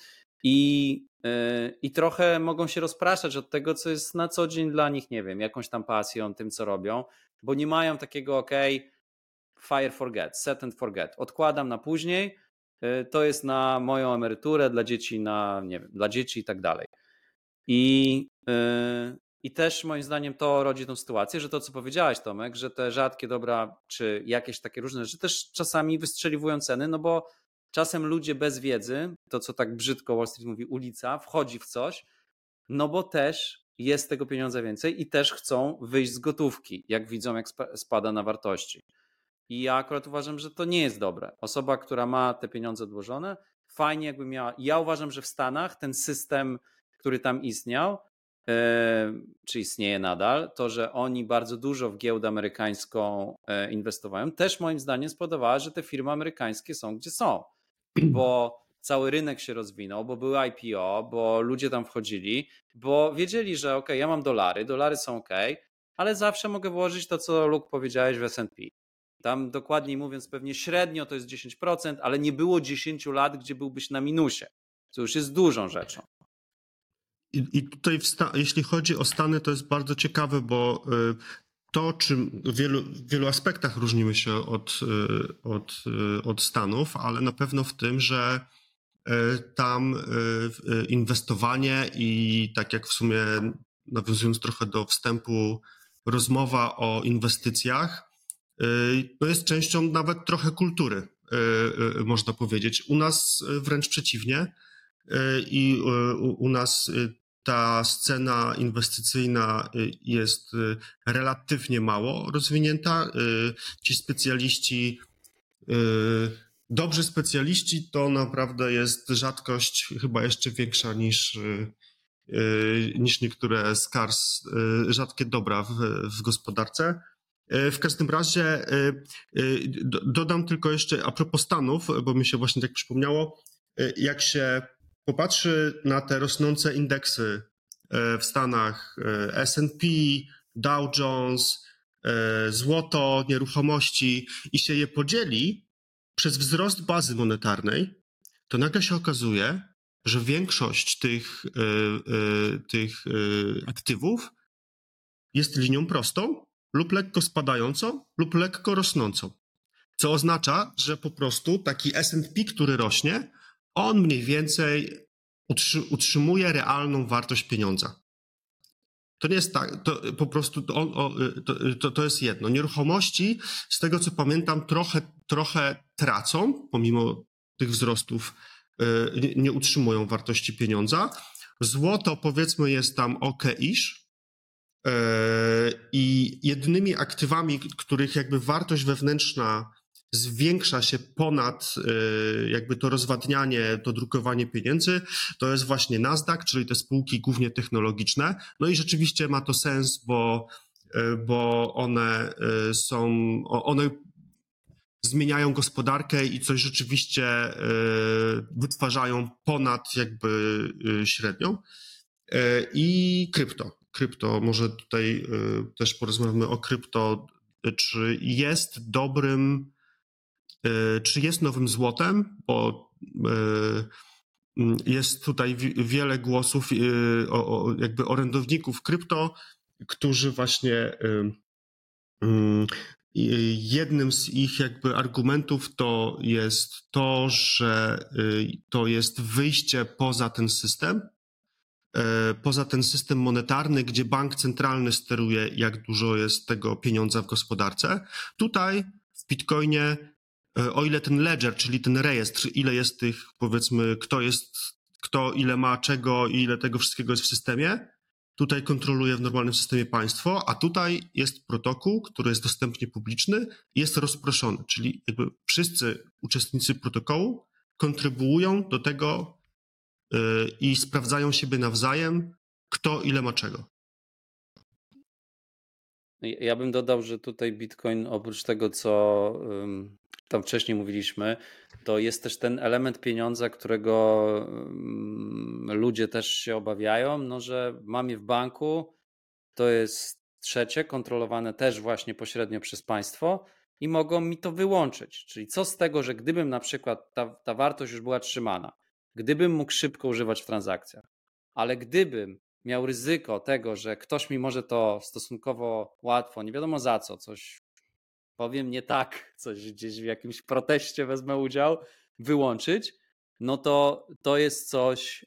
I, I trochę mogą się rozpraszać od tego, co jest na co dzień dla nich, nie wiem, jakąś tam pasją, tym co robią, bo nie mają takiego ok, fire forget, set and forget, odkładam na później, to jest na moją emeryturę, dla dzieci, na, nie wiem, dla dzieci i tak dalej. I, I też moim zdaniem to rodzi tą sytuację, że to co powiedziałeś, Tomek, że te rzadkie dobra, czy jakieś takie różne rzeczy też czasami wystrzeliwują ceny, no bo czasem ludzie bez wiedzy, to co tak brzydko Wall Street mówi, ulica, wchodzi w coś, no bo też jest tego pieniądza więcej i też chcą wyjść z gotówki, jak widzą, jak spada na wartości. I ja akurat uważam, że to nie jest dobre. Osoba, która ma te pieniądze odłożone, fajnie jakby miała. Ja uważam, że w Stanach ten system, który tam istniał, yy, czy istnieje nadal, to, że oni bardzo dużo w giełdę amerykańską yy, inwestowają, też moim zdaniem spowodowało, że te firmy amerykańskie są gdzie są. Bo cały rynek się rozwinął, bo były I P O, bo ludzie tam wchodzili, bo wiedzieli, że ok, ja mam dolary, dolary są ok, ale zawsze mogę włożyć to, co Luke powiedziałeś w S and P. Tam dokładniej mówiąc pewnie średnio to jest dziesięć procent, ale nie było dziesięć lat, gdzie byłbyś na minusie, co już jest dużą rzeczą. I, i tutaj w sta- jeśli chodzi o Stany, to jest bardzo ciekawe, bo y, to, czym w wielu, w wielu aspektach różnimy się od, y, od, y, od Stanów, ale na pewno w tym, że y, tam y, inwestowanie i tak jak w sumie nawiązując trochę do wstępu, rozmowa o inwestycjach no jest częścią nawet trochę kultury, można powiedzieć. U nas wręcz przeciwnie i u nas ta scena inwestycyjna jest relatywnie mało rozwinięta. Ci specjaliści, dobrzy specjaliści to naprawdę jest rzadkość chyba jeszcze większa niż, niż niektóre skars, rzadkie dobra w, w gospodarce. W każdym razie dodam tylko jeszcze a propos Stanów, bo mi się właśnie tak przypomniało, jak się popatrzy na te rosnące indeksy w Stanach, S and P, Dow Jones, złoto, nieruchomości i się je podzieli przez wzrost bazy monetarnej, to nagle się okazuje, że większość tych, tych aktywów jest linią prostą lub lekko spadającą lub lekko rosnącą. Co oznacza, że po prostu taki S and P, który rośnie, on mniej więcej utrzymuje realną wartość pieniądza. To nie jest tak, to po prostu to, to, to jest jedno. Nieruchomości, z tego co pamiętam, trochę, trochę tracą, pomimo tych wzrostów, nie, nie utrzymują wartości pieniądza. Złoto, powiedzmy, jest tam ok-ish i jedynymi aktywami, których jakby wartość wewnętrzna zwiększa się ponad jakby to rozwadnianie, to drukowanie pieniędzy, to jest właśnie Nasdaq, czyli te spółki głównie technologiczne. No i rzeczywiście ma to sens, bo, bo one są, one zmieniają gospodarkę i coś rzeczywiście wytwarzają ponad jakby średnią. I krypto. Krypto, może tutaj też porozmawiamy o krypto, czy jest dobrym Czy jest nowym złotem, bo jest tutaj wiele głosów o, jakby orędowników krypto, którzy właśnie jednym z ich jakby argumentów to jest to, że to jest wyjście poza ten system, poza ten system monetarny, gdzie bank centralny steruje, jak dużo jest tego pieniądza w gospodarce. Tutaj w Bitcoinie, o ile ten ledger, czyli ten rejestr, ile jest tych, powiedzmy, kto jest, kto ile ma czego i ile tego wszystkiego jest w systemie, tutaj kontroluje w normalnym systemie państwo, a tutaj jest protokół, który jest dostępnie publiczny i jest rozproszony, czyli jakby wszyscy uczestnicy protokołu kontrybuują do tego yy, i sprawdzają siebie nawzajem, kto ile ma czego. Ja bym dodał, że tutaj Bitcoin oprócz tego, co um, tam wcześniej mówiliśmy, to jest też ten element pieniądza, którego um, ludzie też się obawiają, no, że mam je w banku, to jest trzecie, kontrolowane też właśnie pośrednio przez państwo i mogą mi to wyłączyć. Czyli co z tego, że gdybym na przykład ta, ta wartość już była trzymana, gdybym mógł szybko używać w transakcjach, ale gdybym miał ryzyko tego, że ktoś mi może to stosunkowo łatwo, nie wiadomo za co, coś powiem nie tak, coś gdzieś w jakimś proteście wezmę udział, wyłączyć, no to to jest coś,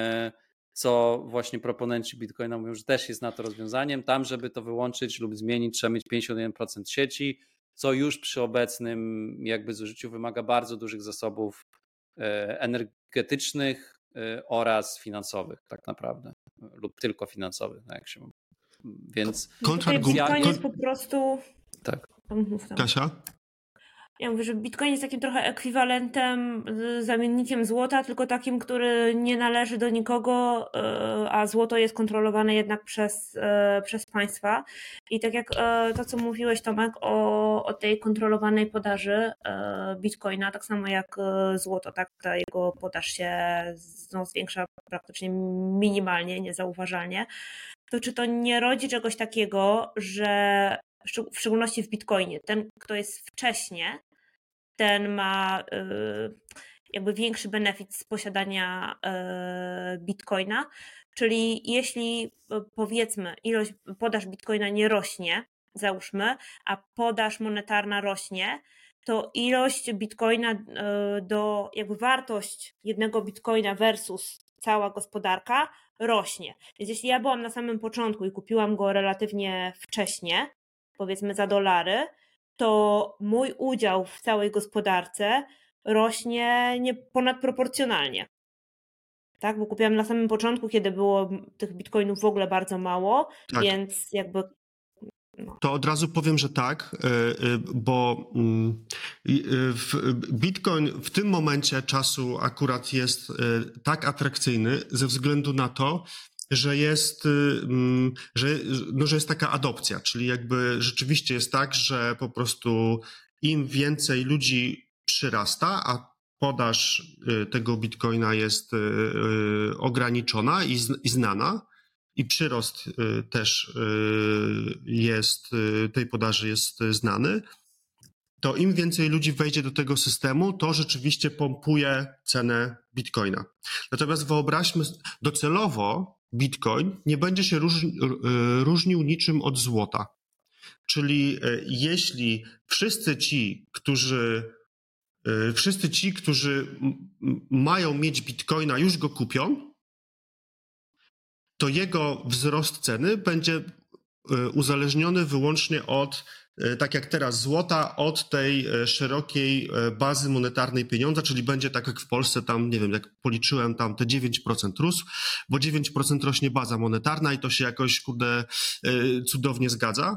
co właśnie proponenci Bitcoina mówią, że też jest na to rozwiązaniem. Tam, żeby to wyłączyć lub zmienić, trzeba mieć pięćdziesiąt jeden procent sieci, co już przy obecnym jakby zużyciu wymaga bardzo dużych zasobów energetycznych oraz finansowych tak naprawdę, lub tylko finansowych, no jak się mówi. Więc Bitcoin jest po prostu... Tak. Kasia? Ja mówię, że Bitcoin jest takim trochę ekwiwalentem, zamiennikiem złota, tylko takim, który nie należy do nikogo, a złoto jest kontrolowane jednak przez, przez państwa. I tak jak to, co mówiłeś, Tomek, o, o tej kontrolowanej podaży Bitcoina, tak samo jak złoto, tak, ta jego podaż się no, zwiększa praktycznie minimalnie, niezauważalnie, to czy to nie rodzi czegoś takiego, że w szczególności w Bitcoinie, ten, kto jest wcześnie, ten ma jakby większy benefit z posiadania Bitcoina, czyli jeśli powiedzmy ilość podaż Bitcoina nie rośnie, załóżmy, a podaż monetarna rośnie, to ilość Bitcoina do, jakby wartość jednego Bitcoina versus cała gospodarka rośnie. Więc jeśli ja byłam na samym początku i kupiłam go relatywnie wcześnie, powiedzmy za dolary, to mój udział w całej gospodarce rośnie nie ponadproporcjonalnie. Tak, bo kupiłam na samym początku, kiedy było tych bitcoinów w ogóle bardzo mało, Tak. więc jakby... No. To od razu powiem, że tak, bo Bitcoin w tym momencie czasu akurat jest tak atrakcyjny ze względu na to, że jest, że, no, że jest taka adopcja, czyli jakby rzeczywiście jest tak, że po prostu im więcej ludzi przyrasta, a podaż tego bitcoina jest ograniczona i, i znana, i przyrost też jest, tej podaży jest znany, to im więcej ludzi wejdzie do tego systemu, to rzeczywiście pompuje cenę bitcoina. Natomiast wyobraźmy, docelowo bitcoin nie będzie się różni, różnił niczym od złota. Czyli jeśli wszyscy ci, którzy wszyscy ci, którzy mają mieć bitcoina, już go kupią, to jego wzrost ceny będzie uzależniony wyłącznie od, tak jak teraz złota, od tej szerokiej bazy monetarnej pieniądza, czyli będzie tak jak w Polsce tam, nie wiem, jak policzyłem, tam te dziewięć procent rósł, bo dziewięć procent rośnie baza monetarna i to się jakoś, kurde, cudownie zgadza.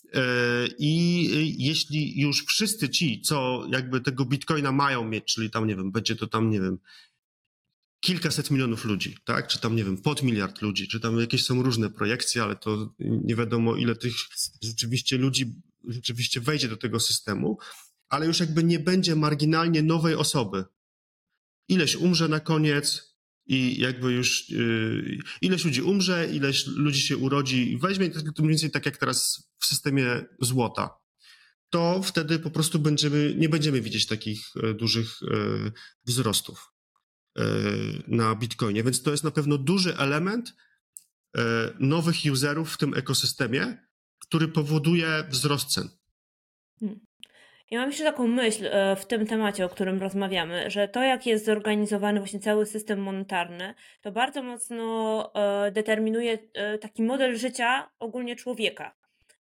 I jeśli już wszyscy ci, co jakby tego bitcoina mają mieć, czyli tam, nie wiem, będzie to tam, nie wiem, kilkaset milionów ludzi, tak? Czy tam, nie wiem, pod miliard ludzi, czy tam jakieś są różne projekcje, ale to nie wiadomo, ile tych rzeczywiście ludzi rzeczywiście wejdzie do tego systemu, ale już jakby nie będzie marginalnie nowej osoby. Ileś umrze na koniec i jakby już yy, ileś ludzi umrze, ileś ludzi się urodzi i weźmie, to mniej więcej tak jak teraz w systemie złota. To wtedy po prostu będziemy, nie będziemy widzieć takich yy, dużych yy, wzrostów na Bitcoinie, więc to jest na pewno duży element nowych userów w tym ekosystemie, który powoduje wzrost cen. Ja mam jeszcze taką myśl w tym temacie, o którym rozmawiamy, że to, jak jest zorganizowany właśnie cały system monetarny, to bardzo mocno determinuje taki model życia ogólnie człowieka.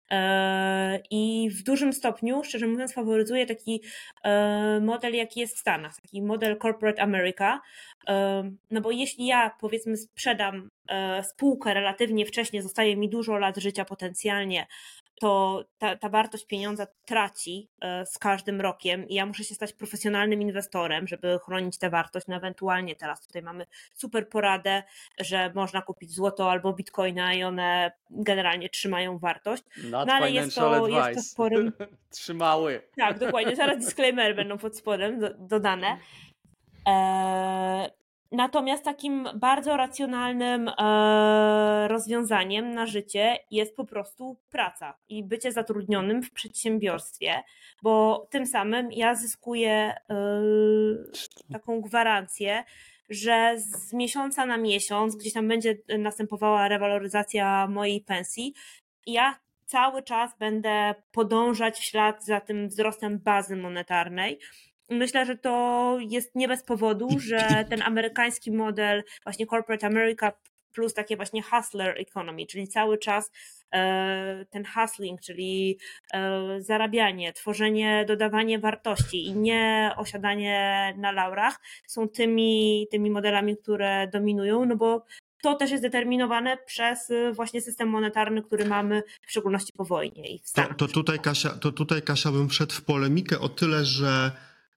I w dużym stopniu, szczerze mówiąc, faworyzuje taki model, jaki jest w Stanach, taki model Corporate America, no bo jeśli ja, powiedzmy, sprzedam spółkę relatywnie wcześnie, zostaje mi dużo lat życia potencjalnie, to ta, ta wartość pieniądza traci z każdym rokiem i ja muszę się stać profesjonalnym inwestorem, żeby chronić tę wartość. No ewentualnie teraz tutaj mamy super poradę, że można kupić złoto albo bitcoina i one generalnie trzymają wartość. Not no ale jest to, jest to sporym... Trzymały. Tak, dokładnie. Zaraz disclaimer będą pod spodem do, dodane. Eee... Natomiast takim bardzo racjonalnym e, rozwiązaniem na życie jest po prostu praca i bycie zatrudnionym w przedsiębiorstwie, bo tym samym ja zyskuję e, taką gwarancję, że z miesiąca na miesiąc gdzieś tam będzie następowała rewaloryzacja mojej pensji i ja cały czas będę podążać w ślad za tym wzrostem bazy monetarnej. Myślę, że to jest nie bez powodu, że ten amerykański model, właśnie Corporate America plus takie właśnie hustler economy, czyli cały czas e, ten hustling, czyli e, zarabianie, tworzenie, dodawanie wartości i nie osiadanie na laurach są tymi, tymi modelami, które dominują, no bo to też jest determinowane przez właśnie system monetarny, który mamy w szczególności po wojnie i w Stanach. To, to, tutaj, Kasia, to tutaj, Kasia, bym wszedł w polemikę o tyle, że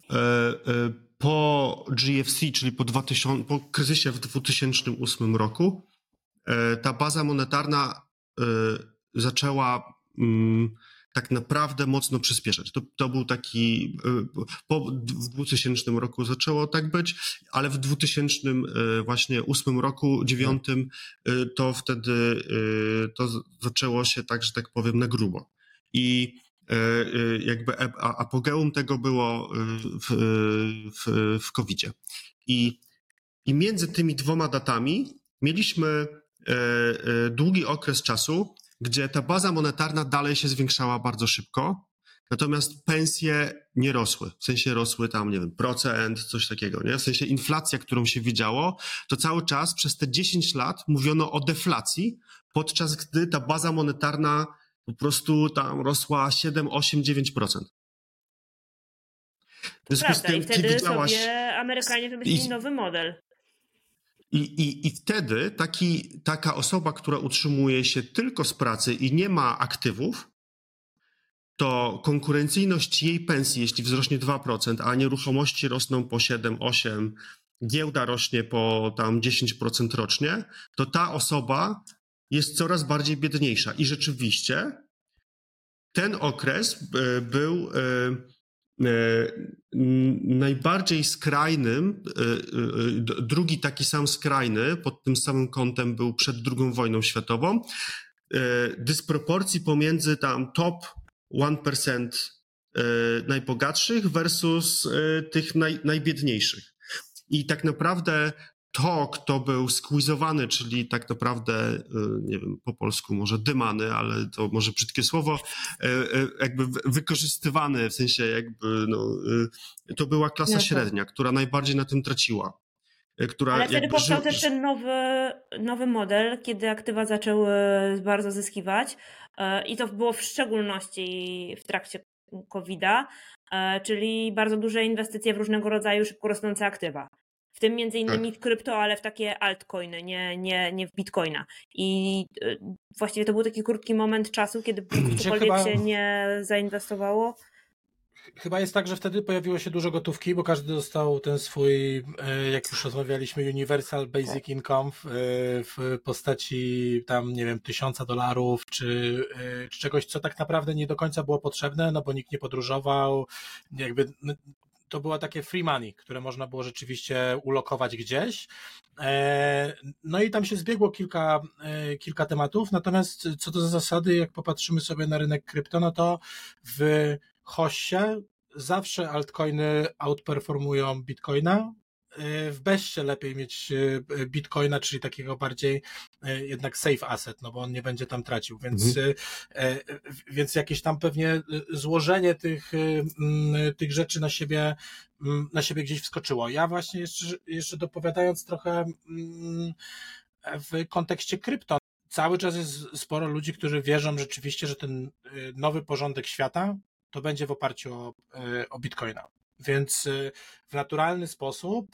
po G F C, czyli po, dwa tysiące, po kryzysie w dwa tysiące ósmym roku, ta baza monetarna zaczęła tak naprawdę mocno przyspieszać. To, to był taki, po w dwutysięcznym roku zaczęło tak być, ale w dwa tysiące właśnie ósmym roku, dziewiątym, to wtedy to zaczęło się tak, że tak powiem, na grubo. I jakby apogeum tego było w, w, w kowidzie. I, I między tymi dwoma datami mieliśmy długi okres czasu, gdzie ta baza monetarna dalej się zwiększała bardzo szybko, natomiast pensje nie rosły. W sensie rosły tam, nie wiem, procent, coś takiego, nie? W sensie inflacja, którą się widziało, to cały czas przez te dziesięć lat mówiono o deflacji, podczas gdy ta baza monetarna po prostu tam rosła siedem, osiem, dziewięć procent. W związku z Prawda, i tym ty wtedy widziałaś... sobie Amerykanie wymyślili i- nowy model. I, i, I wtedy taki, taka osoba, która utrzymuje się tylko z pracy i nie ma aktywów, to konkurencyjność jej pensji, jeśli wzrośnie dwa procent, a nieruchomości rosną po siedem, osiem, giełda rośnie po tam dziesięć procent rocznie, to ta osoba jest coraz bardziej biedniejsza. I rzeczywiście ten okres e, był e, e, najbardziej skrajnym, e, e, d- drugi taki sam skrajny pod tym samym kątem był przed drugą wojną światową, e, dysproporcji pomiędzy tam top jeden procent e, najbogatszych versus e, tych naj, najbiedniejszych. I tak naprawdę to, kto był squeezowany, czyli tak naprawdę, e, nie wiem, po polsku może dymany, ale to może brzydkie słowo, e, e, jakby wy- wykorzystywany, w sensie jakby, no, e, to była klasa No to- średnia, która najbardziej na tym traciła. e, Która Ale wtedy jakby powstał ży- też ten nowy, nowy model, kiedy aktywa zaczęły bardzo zyskiwać e, i to było w szczególności w trakcie kowida, e, czyli bardzo duże inwestycje w różnego rodzaju szybko rosnące aktywa. W tym między innymi w krypto, ale w takie altcoiny, nie, nie, nie w bitcoina. I e, właściwie to był taki krótki moment czasu, kiedy cokolwiek chyba- się nie zainwestowało. Chyba jest tak, że wtedy pojawiło się dużo gotówki, bo każdy dostał ten swój, e, jak już rozmawialiśmy, Universal Basic Income w, e, w postaci tam, nie wiem, tysiąca dolarów, czy, e, czy czegoś, co tak naprawdę nie do końca było potrzebne, no bo nikt nie podróżował, jakby no, to było takie free money, które można było rzeczywiście ulokować gdzieś. E, No i tam się zbiegło kilka, e, kilka tematów, natomiast co do zasady, jak popatrzymy sobie na rynek krypto, no to w Hossie zawsze altcoiny outperformują Bitcoina. W Bestie lepiej mieć Bitcoina, czyli takiego bardziej jednak safe asset, no bo on nie będzie tam tracił, więc, Mhm. więc jakieś tam pewnie złożenie tych, tych rzeczy na siebie, na siebie gdzieś wskoczyło. Ja właśnie jeszcze, jeszcze dopowiadając trochę w kontekście krypto, cały czas jest sporo ludzi, którzy wierzą rzeczywiście, że ten nowy porządek świata to będzie w oparciu o, o Bitcoina. Więc w naturalny sposób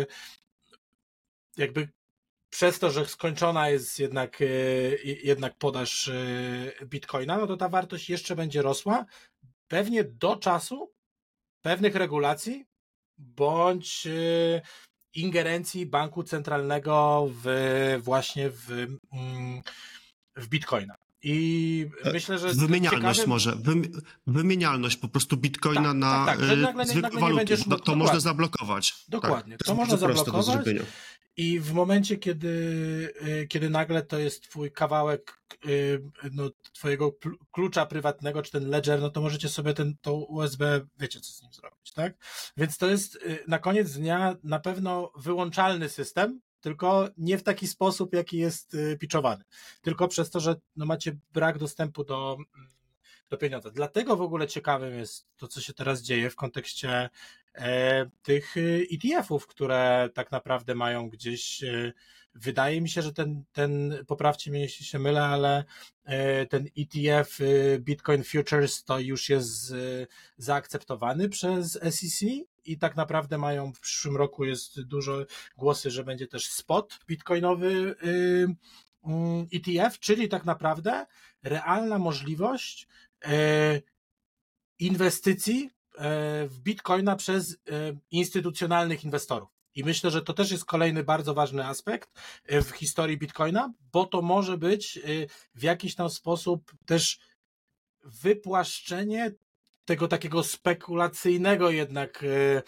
jakby przez to, że skończona jest jednak, jednak podaż Bitcoina, no to ta wartość jeszcze będzie rosła, pewnie do czasu pewnych regulacji bądź ingerencji banku centralnego w właśnie w, w Bitcoina. I myślę, że wymienialność ciekawym... może, Wym- wymienialność po prostu bitcoina Tak, na tak, tak, że y, nagle- zwykłe nagle nie waluty. będziesz No, mógł- to dokładnie. można zablokować. Dokładnie, Tak, to jest można bardzo proste do zablokować. zrobienia. I w momencie, kiedy, kiedy nagle to jest twój kawałek no, twojego pl- klucza prywatnego, czy ten ledger, no to możecie sobie ten, to U S B, wiecie co z nim zrobić, tak? Więc to jest na koniec dnia na pewno wyłączalny system, tylko nie w taki sposób, jaki jest pitchowany. Tylko przez to, że no, macie brak dostępu do, do pieniądza. Dlatego w ogóle ciekawym jest to, co się teraz dzieje w kontekście e, tych E T F-ów, które tak naprawdę mają gdzieś, e, wydaje mi się, że ten, ten poprawcie mnie, jeśli się mylę, ale e, ten E T F e, Bitcoin Futures to już jest e, zaakceptowany przez S E C i tak naprawdę mają w przyszłym roku jest dużo głosy, że będzie też spot bitcoinowy e, E T F, czyli tak naprawdę realna możliwość e, inwestycji w Bitcoina przez instytucjonalnych inwestorów. I myślę, że to też jest kolejny bardzo ważny aspekt w historii Bitcoina, bo to może być w jakiś tam sposób też wypłaszczenie tego takiego spekulacyjnego jednak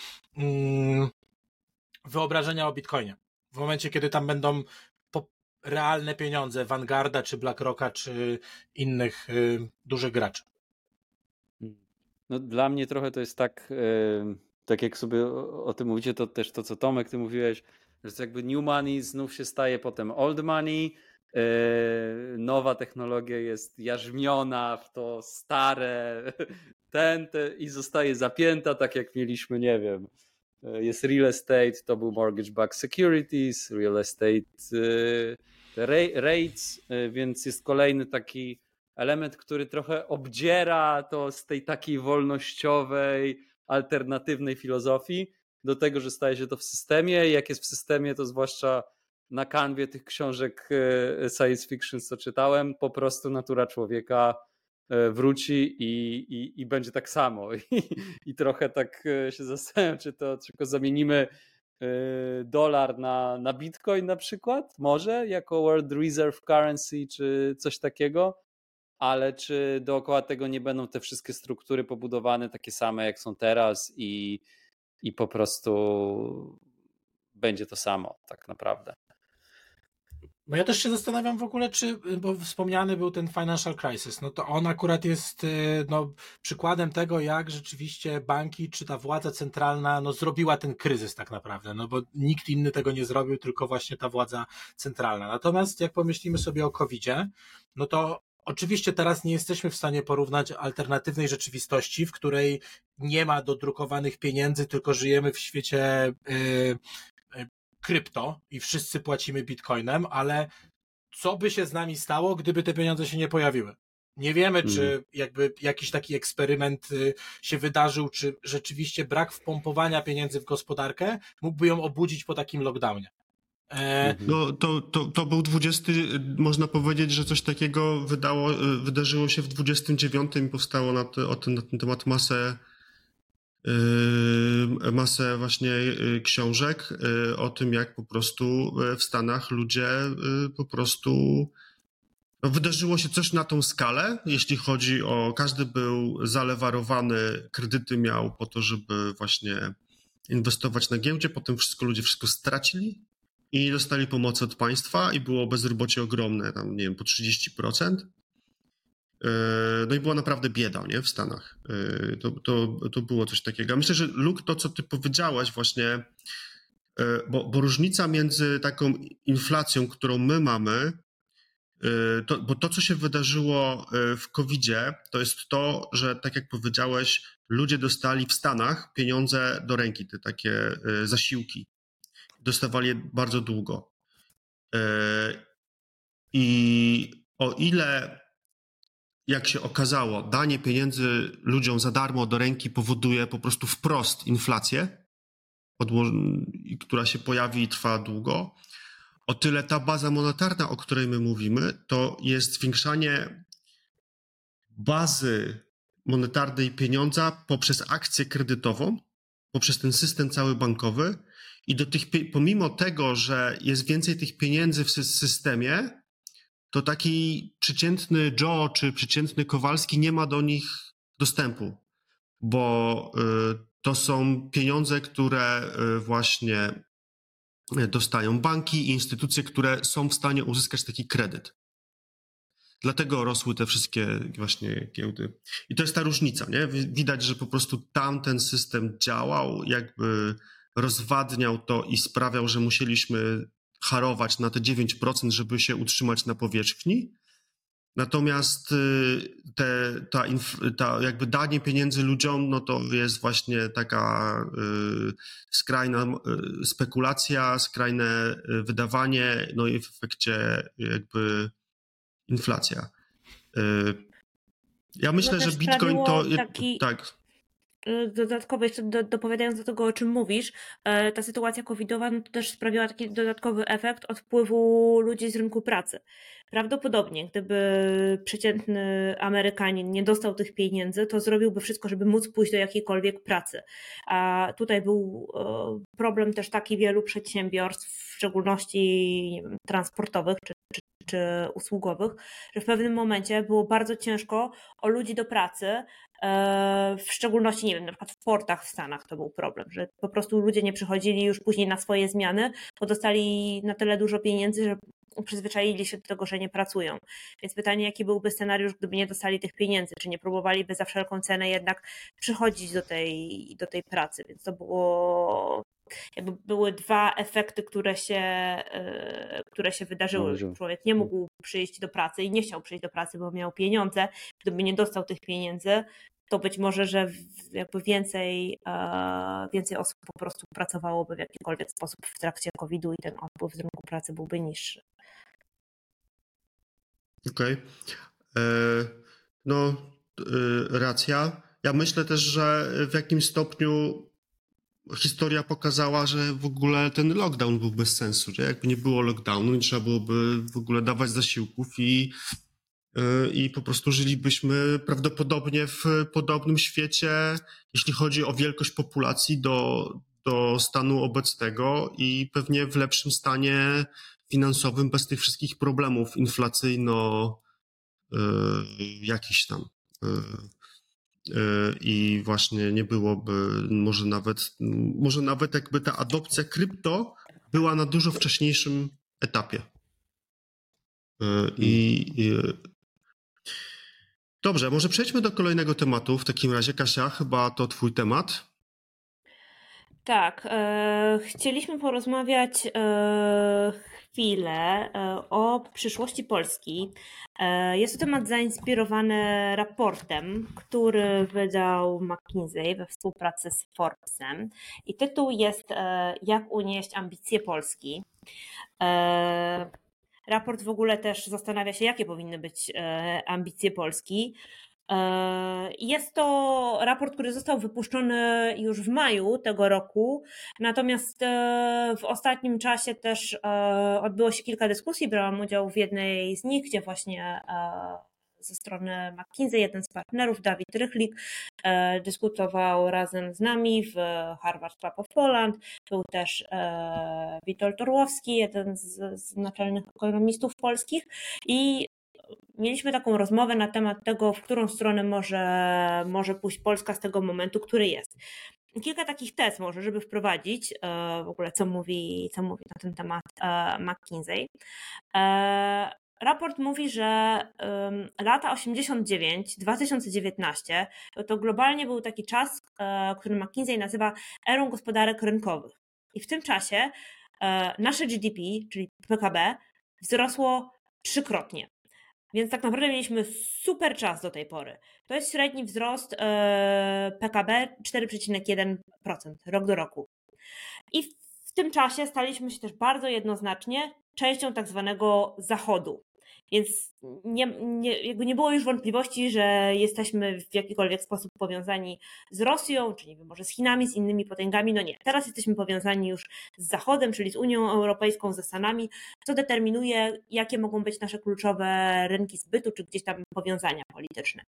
wyobrażenia o Bitcoinie. W momencie, kiedy tam będą realne pieniądze Vanguarda, czy BlackRocka, czy innych dużych graczy. No, dla mnie trochę to jest tak, yy, tak jak sobie o, o tym mówicie, to też to, co Tomek, ty mówiłeś, że to jakby new money znów się staje potem old money, yy, nowa technologia jest jarzmiona w to stare, ten, ten i zostaje zapięta, tak jak mieliśmy, nie wiem, jest real estate, to był mortgage backed securities, real estate, yy, te rates, yy, więc jest kolejny taki element, który trochę obdziera to z tej takiej wolnościowej, alternatywnej filozofii do tego, że staje się to w systemie. Jak jest w systemie, to zwłaszcza na kanwie tych książek science fiction, co czytałem, po prostu natura człowieka wróci i, i, i będzie tak samo. I, I trochę tak się zastanawiam, czy to tylko zamienimy dolar na, na bitcoin na przykład, może jako World Reserve Currency czy coś takiego, ale czy dookoła tego nie będą te wszystkie struktury pobudowane takie same jak są teraz i, i po prostu będzie to samo tak naprawdę. No ja też się zastanawiam w ogóle, czy, bo wspomniany był ten financial crisis, no to on akurat jest no, przykładem tego, jak rzeczywiście banki czy ta władza centralna no, zrobiła ten kryzys tak naprawdę, no bo nikt inny tego nie zrobił, tylko właśnie ta władza centralna. Natomiast jak pomyślimy sobie o kowidzie, no to oczywiście teraz nie jesteśmy w stanie porównać alternatywnej rzeczywistości, w której nie ma dodrukowanych pieniędzy, tylko żyjemy w świecie yy, krypto i wszyscy płacimy bitcoinem, ale co by się z nami stało, gdyby te pieniądze się nie pojawiły? Nie wiemy, mm. czy jakby jakiś taki eksperyment się wydarzył, czy rzeczywiście brak wpompowania pieniędzy w gospodarkę mógłby ją obudzić po takim lockdownie. E... No, to, to, to był dwudziesty, można powiedzieć, że coś takiego wydało, wydarzyło się w dwudziestym dziewiątym i powstało na, te, o ten, na ten temat masę masę właśnie książek o tym, jak po prostu w Stanach ludzie po prostu no wydarzyło się coś na tą skalę, jeśli chodzi o, każdy był zalewarowany, kredyty miał po to, żeby właśnie inwestować na giełdzie, potem wszystko ludzie wszystko stracili i dostali pomocy od państwa i było bezrobocie ogromne, tam nie wiem, po trzydzieści procent. No i była naprawdę bieda, nie, w Stanach. To, to, to było coś takiego. Myślę, że Luke, to co ty powiedziałaś właśnie, bo, bo różnica między taką inflacją, którą my mamy, to, bo to, co się wydarzyło w kowidzie, to jest to, że tak jak powiedziałeś, ludzie dostali w Stanach pieniądze do ręki, te takie zasiłki. Dostawali je bardzo długo. I o ile, jak się okazało, danie pieniędzy ludziom za darmo do ręki powoduje po prostu wprost inflację, która się pojawi i trwa długo, o tyle ta baza monetarna, o której my mówimy, to jest zwiększanie bazy monetarnej pieniądza poprzez akcję kredytową, poprzez ten system cały bankowy i do tych, pomimo tego, że jest więcej tych pieniędzy w systemie, to taki przeciętny Joe czy przeciętny Kowalski nie ma do nich dostępu, bo y, to są pieniądze, które y, właśnie dostają banki i instytucje, które są w stanie uzyskać taki kredyt. Dlatego rosły te wszystkie właśnie giełdy. I to jest ta różnica, nie? Widać, że po prostu tamten system działał, jakby rozwadniał to i sprawiał, że musieliśmy harować na te dziewięć procent, żeby się utrzymać na powierzchni. Natomiast te, ta, ta jakby danie pieniędzy ludziom, no to jest właśnie taka y, skrajna y, spekulacja, skrajne y, wydawanie, no i w efekcie jakby inflacja. Y, ja myślę, no że Bitcoin to... Taki... Tak. Dodatkowo jeszcze do, dopowiadając do tego, o czym mówisz, ta sytuacja covidowa no to też sprawiła taki dodatkowy efekt odpływu ludzi z rynku pracy. Prawdopodobnie, gdyby przeciętny Amerykanin nie dostał tych pieniędzy, to zrobiłby wszystko, żeby móc pójść do jakiejkolwiek pracy. A tutaj był problem też taki wielu przedsiębiorstw, w szczególności nie wiem, transportowych czy, czy, czy usługowych, że w pewnym momencie było bardzo ciężko o ludzi do pracy. W szczególności, nie wiem, na przykład w portach w Stanach to był problem, że po prostu ludzie nie przychodzili już później na swoje zmiany, bo dostali na tyle dużo pieniędzy, że przyzwyczaili się do tego, że nie pracują. Więc pytanie, jaki byłby scenariusz, gdyby nie dostali tych pieniędzy, czy nie próbowaliby za wszelką cenę jednak przychodzić do tej, do tej pracy. Więc to było... Jakby były dwa efekty, które się, które się wydarzyły. Człowiek nie mógł przyjść do pracy i nie chciał przyjść do pracy, bo miał pieniądze. Gdyby nie dostał tych pieniędzy, to być może, że jakby więcej, więcej osób po prostu pracowałoby w jakikolwiek sposób w trakcie kowida i ten odpływ z rynku pracy byłby niższy. Okej. No, racja. Ja myślę też, że w jakim stopniu historia pokazała, że w ogóle ten lockdown był bez sensu, że jakby nie było lockdownu, nie trzeba byłoby w ogóle dawać zasiłków i, i po prostu żylibyśmy prawdopodobnie w podobnym świecie, jeśli chodzi o wielkość populacji do, do stanu obecnego i pewnie w lepszym stanie finansowym bez tych wszystkich problemów inflacyjno jakiś tam. I właśnie nie byłoby może nawet, może nawet jakby ta adopcja krypto była na dużo wcześniejszym etapie. I, i... Dobrze, może przejdźmy do kolejnego tematu. W takim razie, Kasia, chyba to twój temat. Tak, e, chcieliśmy porozmawiać e, chwilę e, o przyszłości Polski. E, jest to temat zainspirowany raportem, który wydał McKinsey we współpracy z Forbesem i tytuł jest e, Jak unieść ambicje Polski. E, raport w ogóle też zastanawia się, jakie powinny być e, ambicje Polski. Jest to raport, który został wypuszczony już w maju tego roku, natomiast w ostatnim czasie też odbyło się kilka dyskusji, brałam udział w jednej z nich, gdzie właśnie ze strony McKinsey jeden z partnerów, Dawid Rychlik, dyskutował razem z nami w Harvard Club of Poland. Był też Witold Orłowski, jeden z, z naczelnych ekonomistów polskich i mieliśmy taką rozmowę na temat tego, w którą stronę może, może pójść Polska z tego momentu, który jest. Kilka takich tez może, żeby wprowadzić w ogóle, co mówi, co mówi na ten temat McKinsey. Raport mówi, że lata osiemdziesiąt dziewięć do dwa tysiące dziewiętnaście to globalnie był taki czas, który McKinsey nazywa erą gospodarek rynkowych. I w tym czasie nasze G D P, czyli P K B, wzrosło trzykrotnie. Więc tak naprawdę mieliśmy super czas do tej pory. To jest średni wzrost P K B cztery przecinek jeden procent rok do roku. I w tym czasie staliśmy się też bardzo jednoznacznie częścią tak zwanego Zachodu. Więc nie, nie, jakby nie było już wątpliwości, że jesteśmy w jakikolwiek sposób powiązani z Rosją, czy nie wiem, może z Chinami, z innymi potęgami. No nie, teraz jesteśmy powiązani już z Zachodem, czyli z Unią Europejską, ze Stanami, co determinuje, jakie mogą być nasze kluczowe rynki zbytu, czy gdzieś tam powiązania polityczne.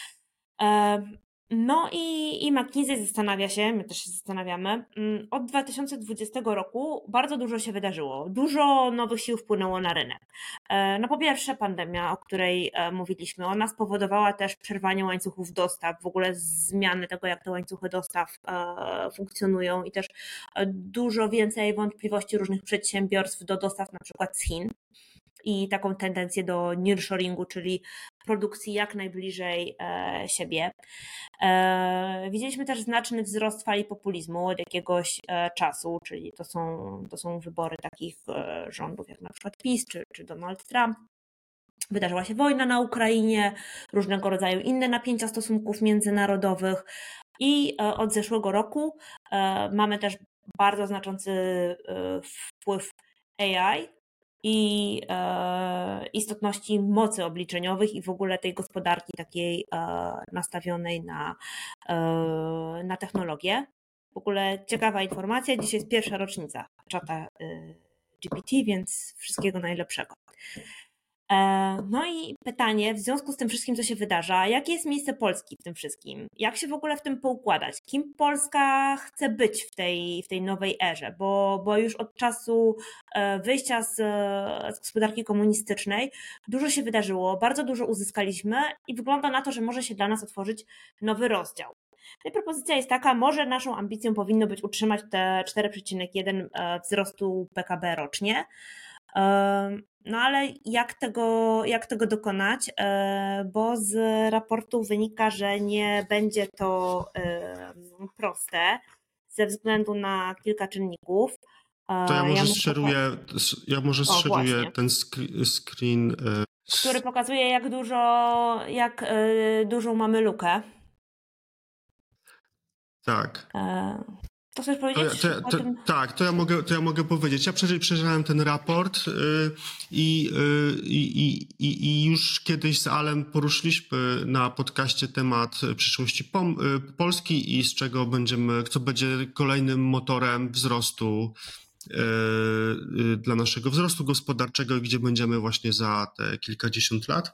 No i, i McKinsey zastanawia się, my też się zastanawiamy, od dwa tysiące dwudziestego roku bardzo dużo się wydarzyło, dużo nowych sił wpłynęło na rynek. No po pierwsze pandemia, o której mówiliśmy, ona spowodowała też przerwanie łańcuchów dostaw, w ogóle zmiany tego, jak te łańcuchy dostaw funkcjonują i też dużo więcej wątpliwości różnych przedsiębiorstw do dostaw na przykład z Chin. I taką tendencję do nearshoringu, czyli produkcji jak najbliżej e, siebie. E, widzieliśmy też znaczny wzrost fali populizmu od jakiegoś e, czasu, czyli to są, to są wybory takich e, rządów jak na przykład PiS czy, czy Donald Trump. Wydarzyła się wojna na Ukrainie, różnego rodzaju inne napięcia stosunków międzynarodowych i e, od zeszłego roku e, mamy też bardzo znaczący e, wpływ A I i e, istotności mocy obliczeniowych i w ogóle tej gospodarki takiej e, nastawionej na, e, na technologię. W ogóle ciekawa informacja, dzisiaj jest pierwsza rocznica czata e, G P T, więc wszystkiego najlepszego. No i pytanie, w związku z tym wszystkim, co się wydarza, jakie jest miejsce Polski w tym wszystkim? Jak się w ogóle w tym poukładać? Kim Polska chce być w tej, w tej nowej erze? Bo, bo już od czasu wyjścia z, z gospodarki komunistycznej dużo się wydarzyło, bardzo dużo uzyskaliśmy i wygląda na to, że może się dla nas otworzyć nowy rozdział. No i propozycja jest taka, może naszą ambicją powinno być utrzymać te cztery przecinek jeden wzrostu P K B rocznie. No ale jak tego, jak tego dokonać? Bo z raportu wynika, że nie będzie to proste ze względu na kilka czynników. To ja może ja zszeruję, ja może zszeruję ten screen. Który pokazuje, jak dużo, jak dużą mamy lukę. Tak. To chcesz powiedzieć To, to, o to, tym? tak, to ja mogę, to ja mogę powiedzieć. Ja przejrzałem ten raport yy, i, yy, i, i, i już kiedyś z Alem poruszyliśmy na podcaście temat przyszłości pom, yy, Polski i z czego będziemy, co będzie kolejnym motorem wzrostu yy, yy, dla naszego wzrostu gospodarczego i gdzie będziemy właśnie za te kilkadziesiąt lat.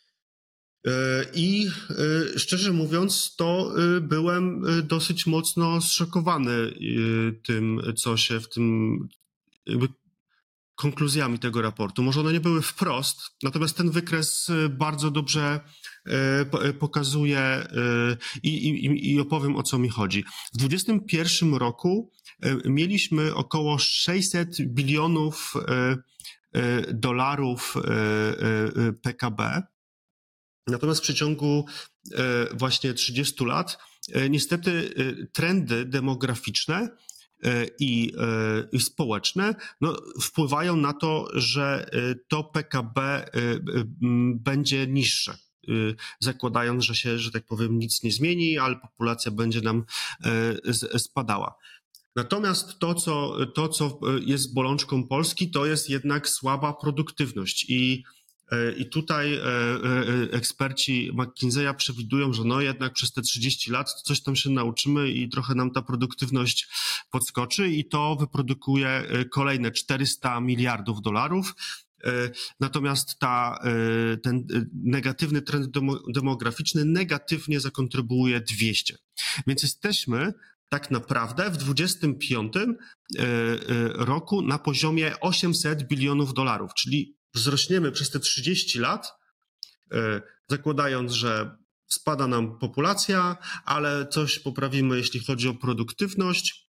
I szczerze mówiąc, to byłem dosyć mocno zszokowany tym, co się w tym, jakby konkluzjami tego raportu. Może one nie były wprost, natomiast ten wykres bardzo dobrze pokazuje i, i, i opowiem, o co mi chodzi. W dwudziestym pierwszym roku mieliśmy około sześćset bilionów dolarów P K B. Natomiast w przeciągu właśnie trzydziestu lat niestety trendy demograficzne i, i społeczne no, wpływają na to, że to P K B będzie niższe. Zakładając, że się, że tak powiem, nic nie zmieni, ale populacja będzie nam spadała. Natomiast to co, to, co jest bolączką Polski, to jest jednak słaba produktywność i I tutaj eksperci McKinsey'a przewidują, że no jednak przez te trzydzieści lat coś tam się nauczymy i trochę nam ta produktywność podskoczy i to wyprodukuje kolejne czterysta miliardów dolarów. Natomiast ta, ten negatywny trend demograficzny negatywnie zakontrybuuje dwieście. Więc jesteśmy tak naprawdę w dwudziestym piątym roku na poziomie osiemset bilionów dolarów, czyli wzrośniemy przez te trzydzieści lat, zakładając, że spada nam populacja, ale coś poprawimy, jeśli chodzi o produktywność.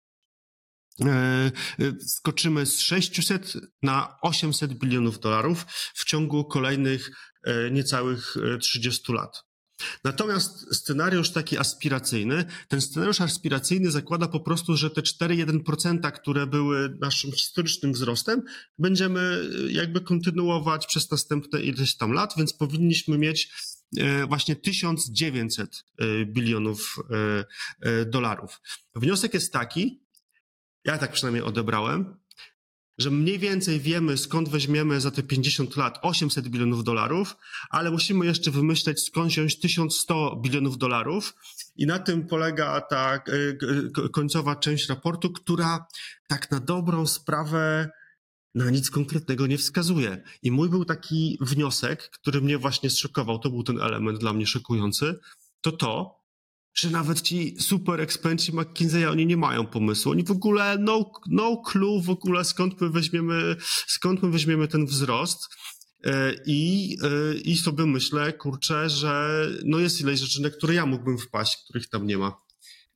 Skoczymy z sześciuset na osiemset bilionów dolarów w ciągu kolejnych niecałych trzydziestu lat. Natomiast scenariusz taki aspiracyjny, ten scenariusz aspiracyjny zakłada po prostu, że te cztery przecinek jeden procent, które były naszym historycznym wzrostem, będziemy jakby kontynuować przez następne ileś tam lat, więc powinniśmy mieć właśnie tysiąc dziewięćset bilionów dolarów. Wniosek jest taki, ja tak przynajmniej odebrałem, że mniej więcej wiemy, skąd weźmiemy za te pięćdziesiąt lat osiemset bilionów dolarów, ale musimy jeszcze wymyśleć, skąd wziąć tysiąc sto bilionów dolarów i na tym polega ta końcowa część raportu, która tak na dobrą sprawę na nic konkretnego nie wskazuje. I mój był taki wniosek, który mnie właśnie zszokował, to był ten element dla mnie szokujący, to to, że nawet ci super eksperci McKinsey'a, oni nie mają pomysłu. Oni w ogóle no, no clue w ogóle skąd my weźmiemy, skąd my weźmiemy ten wzrost. I, i sobie myślę, kurczę, że no jest ileś rzeczy, na które ja mógłbym wpaść, których tam nie ma.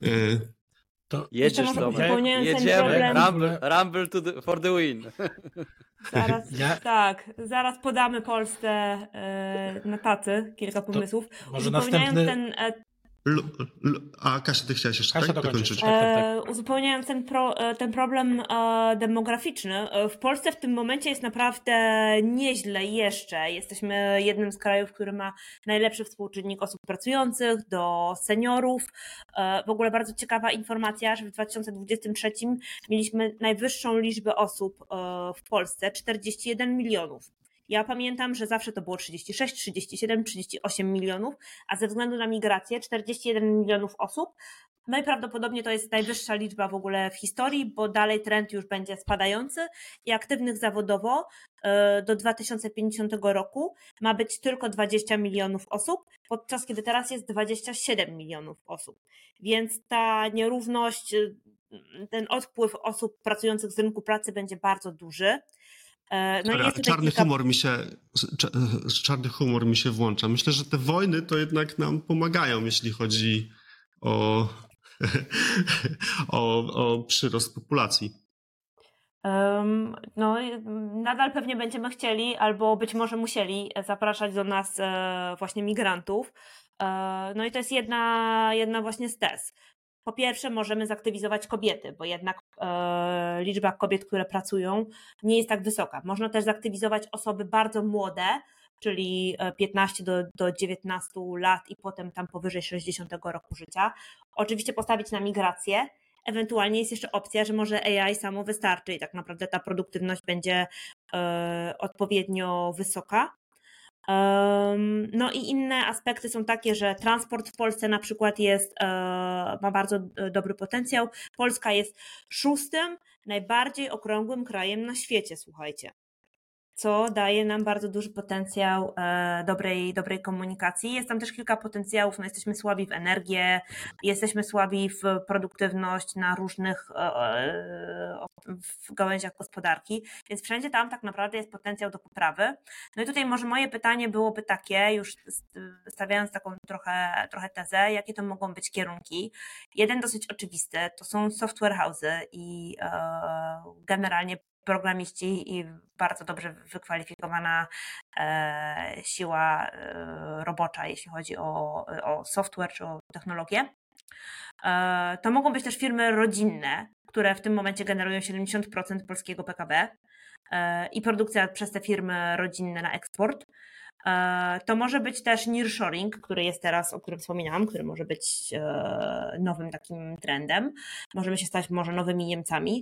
To jedziesz, dobra. Jedziemy. Rumble, rumble to the, for the win. Zaraz, ja... tak, zaraz podamy Polsce e, na tacy kilka pomysłów. To może następny... ten, e, L, l, a Kasia, ty chciałaś jeszcze Kasia tak dokończyć? Tak, tak, tak. Uzupełniając ten, pro, ten problem e, demograficzny, w Polsce w tym momencie jest naprawdę nieźle jeszcze. Jesteśmy jednym z krajów, który ma najlepszy współczynnik osób pracujących do seniorów. E, w ogóle bardzo ciekawa informacja, że w dwa tysiące dwudziestym trzecim mieliśmy najwyższą liczbę osób e, w Polsce, czterdzieści jeden milionów. Ja pamiętam, że zawsze to było trzydzieści sześć, trzydzieści siedem, trzydzieści osiem milionów, a ze względu na migrację czterdzieści jeden milionów osób. Najprawdopodobniej to jest najwyższa liczba w ogóle w historii, bo dalej trend już będzie spadający i aktywnych zawodowo do dwa tysiące pięćdziesiątego roku ma być tylko dwadzieścia milionów osób, podczas kiedy teraz jest dwadzieścia siedem milionów osób. Więc ta nierówność, ten odpływ osób pracujących z rynku pracy będzie bardzo duży. No i jest czarny kilka... humor mi się czarny humor mi się włącza. Myślę, że te wojny to jednak nam pomagają, jeśli chodzi o, o, o przyrost populacji. Um, no, nadal pewnie będziemy chcieli, albo być może musieli zapraszać do nas e, właśnie migrantów. E, no i to jest jedna, jedna właśnie z tez. Po pierwsze, możemy zaktywizować kobiety, bo jednak e, liczba kobiet, które pracują, nie jest tak wysoka. Można też zaktywizować osoby bardzo młode, czyli piętnaście do dziewiętnastu lat i potem tam powyżej sześćdziesiątego roku życia. Oczywiście postawić na migrację, Ewentualnie jest jeszcze opcja, że może A I samo wystarczy i tak naprawdę ta produktywność będzie e, odpowiednio wysoka. Um, no i inne aspekty są takie, że transport w Polsce na przykład jest, e, ma bardzo dobry potencjał. Polska jest szóstym najbardziej okrągłym krajem na świecie, słuchajcie. Co daje nam bardzo duży potencjał e, dobrej, dobrej komunikacji. Jest tam też kilka potencjałów, no jesteśmy słabi w energię, jesteśmy słabi w produktywność na różnych e, e, w gałęziach gospodarki, więc wszędzie tam tak naprawdę jest potencjał do poprawy. No i tutaj może moje pytanie byłoby takie, już stawiając taką trochę, trochę tezę, jakie to mogą być kierunki. Jeden dosyć oczywisty, to są software house'y i e, generalnie programiści i bardzo dobrze wykwalifikowana e, siła e, robocza, jeśli chodzi o, o software czy o technologię. E, to mogą być też firmy rodzinne, które w tym momencie generują siedemdziesiąt procent polskiego P K B e, i produkcja przez te firmy rodzinne na eksport. E, to może być też nearshoring, który jest teraz, o którym wspominałam, który może być e, nowym takim trendem. Możemy się stać może nowymi Niemcami.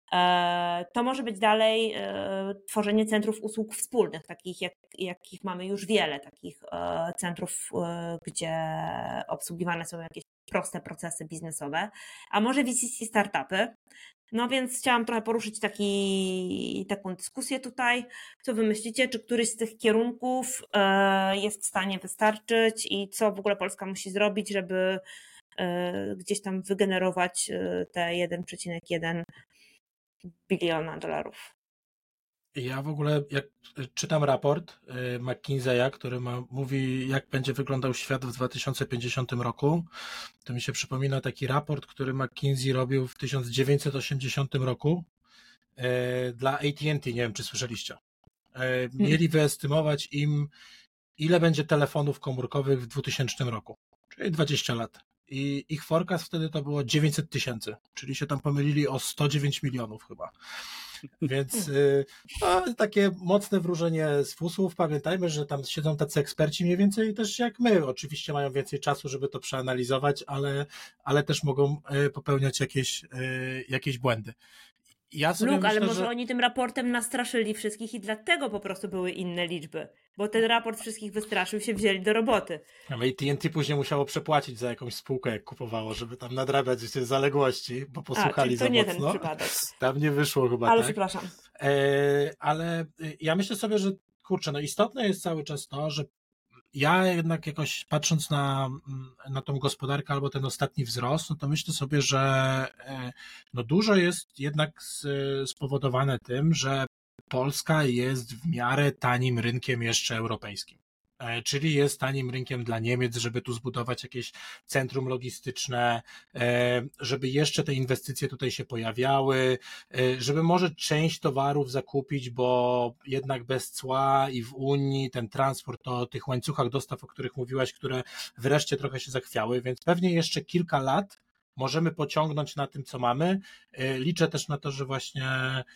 To może być dalej tworzenie centrów usług wspólnych, takich jak, jakich mamy już wiele, takich centrów, gdzie obsługiwane są jakieś proste procesy biznesowe, a może V C C startupy. No więc chciałam trochę poruszyć taki, taką dyskusję tutaj. Co wy myślicie, czy któryś z tych kierunków jest w stanie wystarczyć i co w ogóle Polska musi zrobić, żeby gdzieś tam wygenerować te jeden przecinek jeden biliona dolarów. Ja w ogóle, jak czytam raport McKinsey'a, który ma, mówi, jak będzie wyglądał świat w dwa tysiące pięćdziesiątym roku, to mi się przypomina taki raport, który McKinsey robił w tysiąc dziewięćset osiemdziesiątym roku e, dla A T and T, nie wiem, czy słyszeliście. E, mieli wyestymować im, ile będzie telefonów komórkowych w dwutysięcznym roku, czyli dwadzieścia lat. I ich forecast wtedy to było dziewięćset tysięcy, czyli się tam pomylili o sto dziewięć milionów chyba. Więc no, takie mocne wróżenie z fusów. Pamiętajmy, że tam siedzą tacy eksperci mniej więcej też jak my. Oczywiście mają więcej czasu, żeby to przeanalizować, ale, ale też mogą popełniać jakieś, jakieś błędy. Ja sobie Luke, myślę, ale może że... oni tym raportem nastraszyli wszystkich i dlatego po prostu były inne liczby. Bo ten raport wszystkich wystraszył, się wzięli do roboty. A A T and T później musiało przepłacić za jakąś spółkę, jak kupowało, żeby tam nadrabiać zaległości, bo posłuchali A, to za nie mocno. ten przypadek. Tam nie wyszło chyba, ale tak? przepraszam. E, ale ja myślę sobie, że kurczę, no istotne jest cały czas to, że ja jednak jakoś patrząc na, na tą gospodarkę albo ten ostatni wzrost, no to myślę sobie, że no dużo jest jednak spowodowane tym, że Polska jest w miarę tanim rynkiem jeszcze europejskim. Czyli jest tanim rynkiem dla Niemiec, żeby tu zbudować jakieś centrum logistyczne, żeby jeszcze te inwestycje tutaj się pojawiały, żeby może część towarów zakupić, bo jednak bez cła i w Unii ten transport o tych łańcuchach dostaw, o których mówiłaś, które wreszcie trochę się zachwiały, więc pewnie jeszcze kilka lat możemy pociągnąć na tym, co mamy. Liczę też na to, że właśnie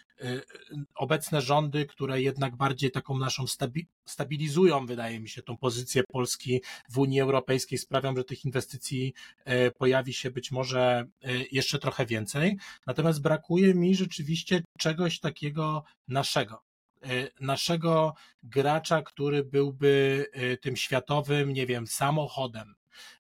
obecne rządy, które jednak bardziej taką naszą stabilizują, wydaje mi się, tą pozycję Polski w Unii Europejskiej, sprawią, że tych inwestycji pojawi się być może jeszcze trochę więcej. Natomiast brakuje mi rzeczywiście czegoś takiego naszego. Naszego gracza, który byłby tym światowym, nie wiem, samochodem.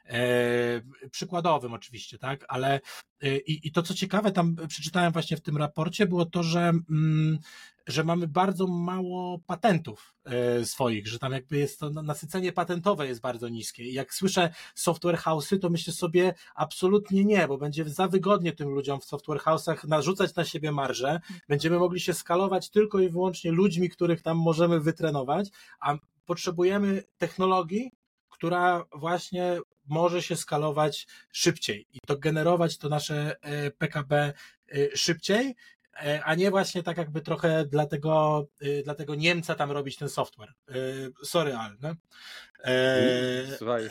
E, przykładowym oczywiście, tak, ale e, i, i to co ciekawe, tam przeczytałem właśnie w tym raporcie, było to, że, mm, że mamy bardzo mało patentów e, swoich, że tam jakby jest to nasycenie patentowe jest bardzo niskie i jak słyszę software house'y, to myślę sobie absolutnie nie, bo będzie za wygodnie tym ludziom w software house'ach narzucać na siebie marżę, będziemy mogli się skalować tylko i wyłącznie ludźmi, których tam możemy wytrenować, a potrzebujemy technologii, która właśnie może się skalować szybciej i to generować to nasze P K B szybciej, a nie właśnie tak jakby trochę dla tego, dla tego Niemca tam robić ten software. Sorry, Al, no? Eee... Słuchaj,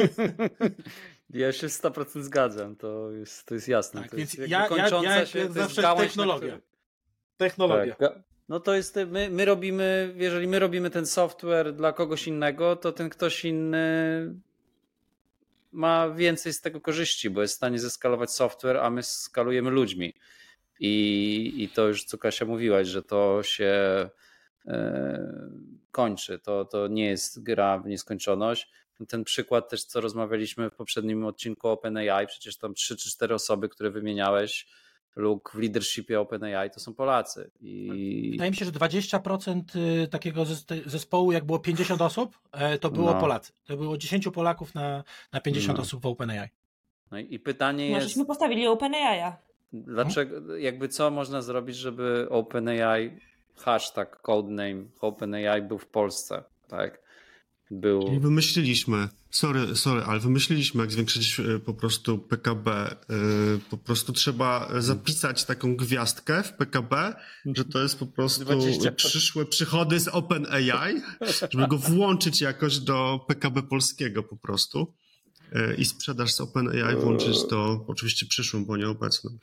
ja się sto procent zgadzam, to jest, to jest jasne. Tak, to więc jest ja, kończąca ja, ja się, jak to jest zawsze gałąź, technologia. Który... Technologia. Tak. No to jest, my, my robimy, jeżeli my robimy ten software dla kogoś innego, to ten ktoś inny ma więcej z tego korzyści, bo jest w stanie zeskalować software, a my skalujemy ludźmi. I, i to już co Kasia mówiłaś, że to się e, kończy. To, to nie jest gra w nieskończoność. Ten przykład też, co rozmawialiśmy w poprzednim odcinku OpenAI, przecież tam trzy czy cztery osoby, które wymieniałeś, Luke, w leadershipie OpenAI to są Polacy. I... Wydaje mi się, że dwadzieścia procent takiego zespołu, jak było pięćdziesiąt osób, to było No. Polacy. To było dziesięć Polaków na, na pięćdziesiąt No. osób w OpenAI. No i pytanie Może jest... żeśmy postawili OpenAI'a. Dlaczego, jakby co można zrobić, żeby OpenAI, hashtag, codename OpenAI był w Polsce, tak? Był... Czyli wymyśliliśmy, sorry, sorry, ale wymyśliliśmy, jak zwiększyć y, po prostu P K B. Y, po prostu trzeba zapisać taką gwiazdkę w P K B, że to jest po prostu dwadzieścia przyszłe przychody z OpenAI, żeby go włączyć jakoś do P K B polskiego po prostu. Y, I sprzedaż z OpenAI włączyć do oczywiście przyszłym, bo nieobecnym.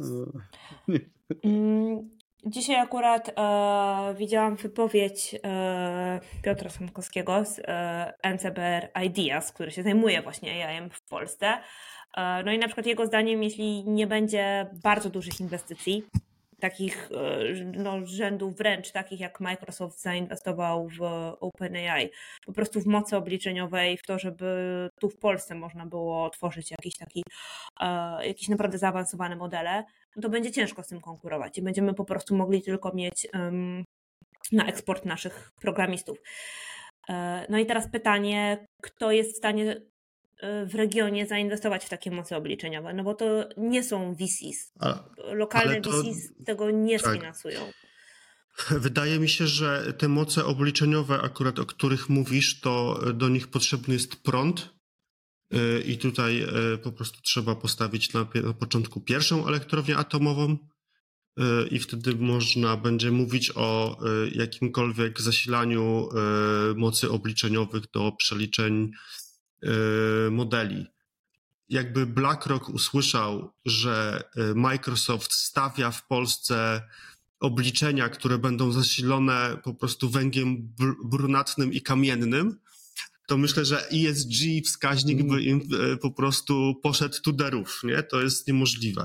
Mm, Dzisiaj akurat e, widziałam wypowiedź e, Piotra Sąkowskiego z e, N C B R Ideas, który się zajmuje właśnie A I em w Polsce. E, no i na przykład jego zdaniem, jeśli nie będzie bardzo dużych inwestycji, takich e, no, rzędu wręcz takich jak Microsoft zainwestował w OpenAI, po prostu w mocy obliczeniowej, w to, żeby tu w Polsce można było tworzyć jakieś taki, e, jakieś naprawdę zaawansowane modele, no to będzie ciężko z tym konkurować i będziemy po prostu mogli tylko mieć um, na eksport naszych programistów. E, no i teraz pytanie, kto jest w stanie w regionie zainwestować w takie moce obliczeniowe, no bo to nie są V Cs. A, Lokalne to, V Cs tego nie tak. sfinansują. Wydaje mi się, że te moce obliczeniowe, akurat o których mówisz, to do nich potrzebny jest prąd i tutaj po prostu trzeba postawić na, na początku pierwszą elektrownię atomową i wtedy można będzie mówić o jakimkolwiek zasilaniu mocy obliczeniowych do przeliczeń modeli. Jakby BlackRock usłyszał, że Microsoft stawia w Polsce obliczenia, które będą zasilone po prostu węglem brunatnym i kamiennym, to myślę, że E S G wskaźnik by im po prostu poszedł to the roof, nie? To jest niemożliwe.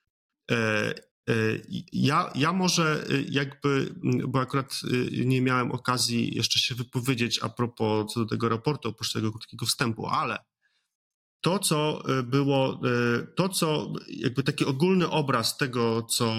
Ja, ja może jakby, bo akurat nie miałem okazji jeszcze się wypowiedzieć a propos co do tego raportu, oprócz tego krótkiego wstępu, ale to, co było, to, co jakby taki ogólny obraz tego, co,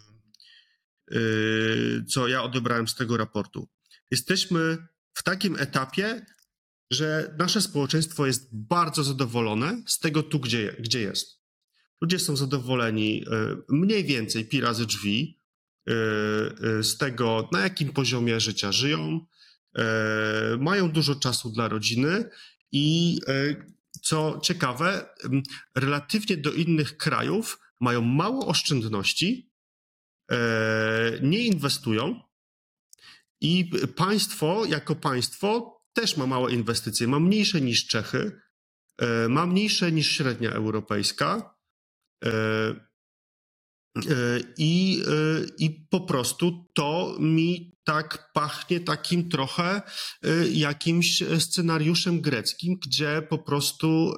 co ja odebrałem z tego raportu. Jesteśmy w takim etapie, że nasze społeczeństwo jest bardzo zadowolone z tego tu, gdzie, gdzie jest. Ludzie są zadowoleni mniej więcej pi razy drzwi z tego, na jakim poziomie życia żyją, mają dużo czasu dla rodziny i co ciekawe, relatywnie do innych krajów mają mało oszczędności, nie inwestują i państwo jako państwo też ma małe inwestycje, ma mniejsze niż Czechy, ma mniejsze niż średnia europejska i, i po prostu to mi tak pachnie takim trochę jakimś scenariuszem greckim, gdzie po prostu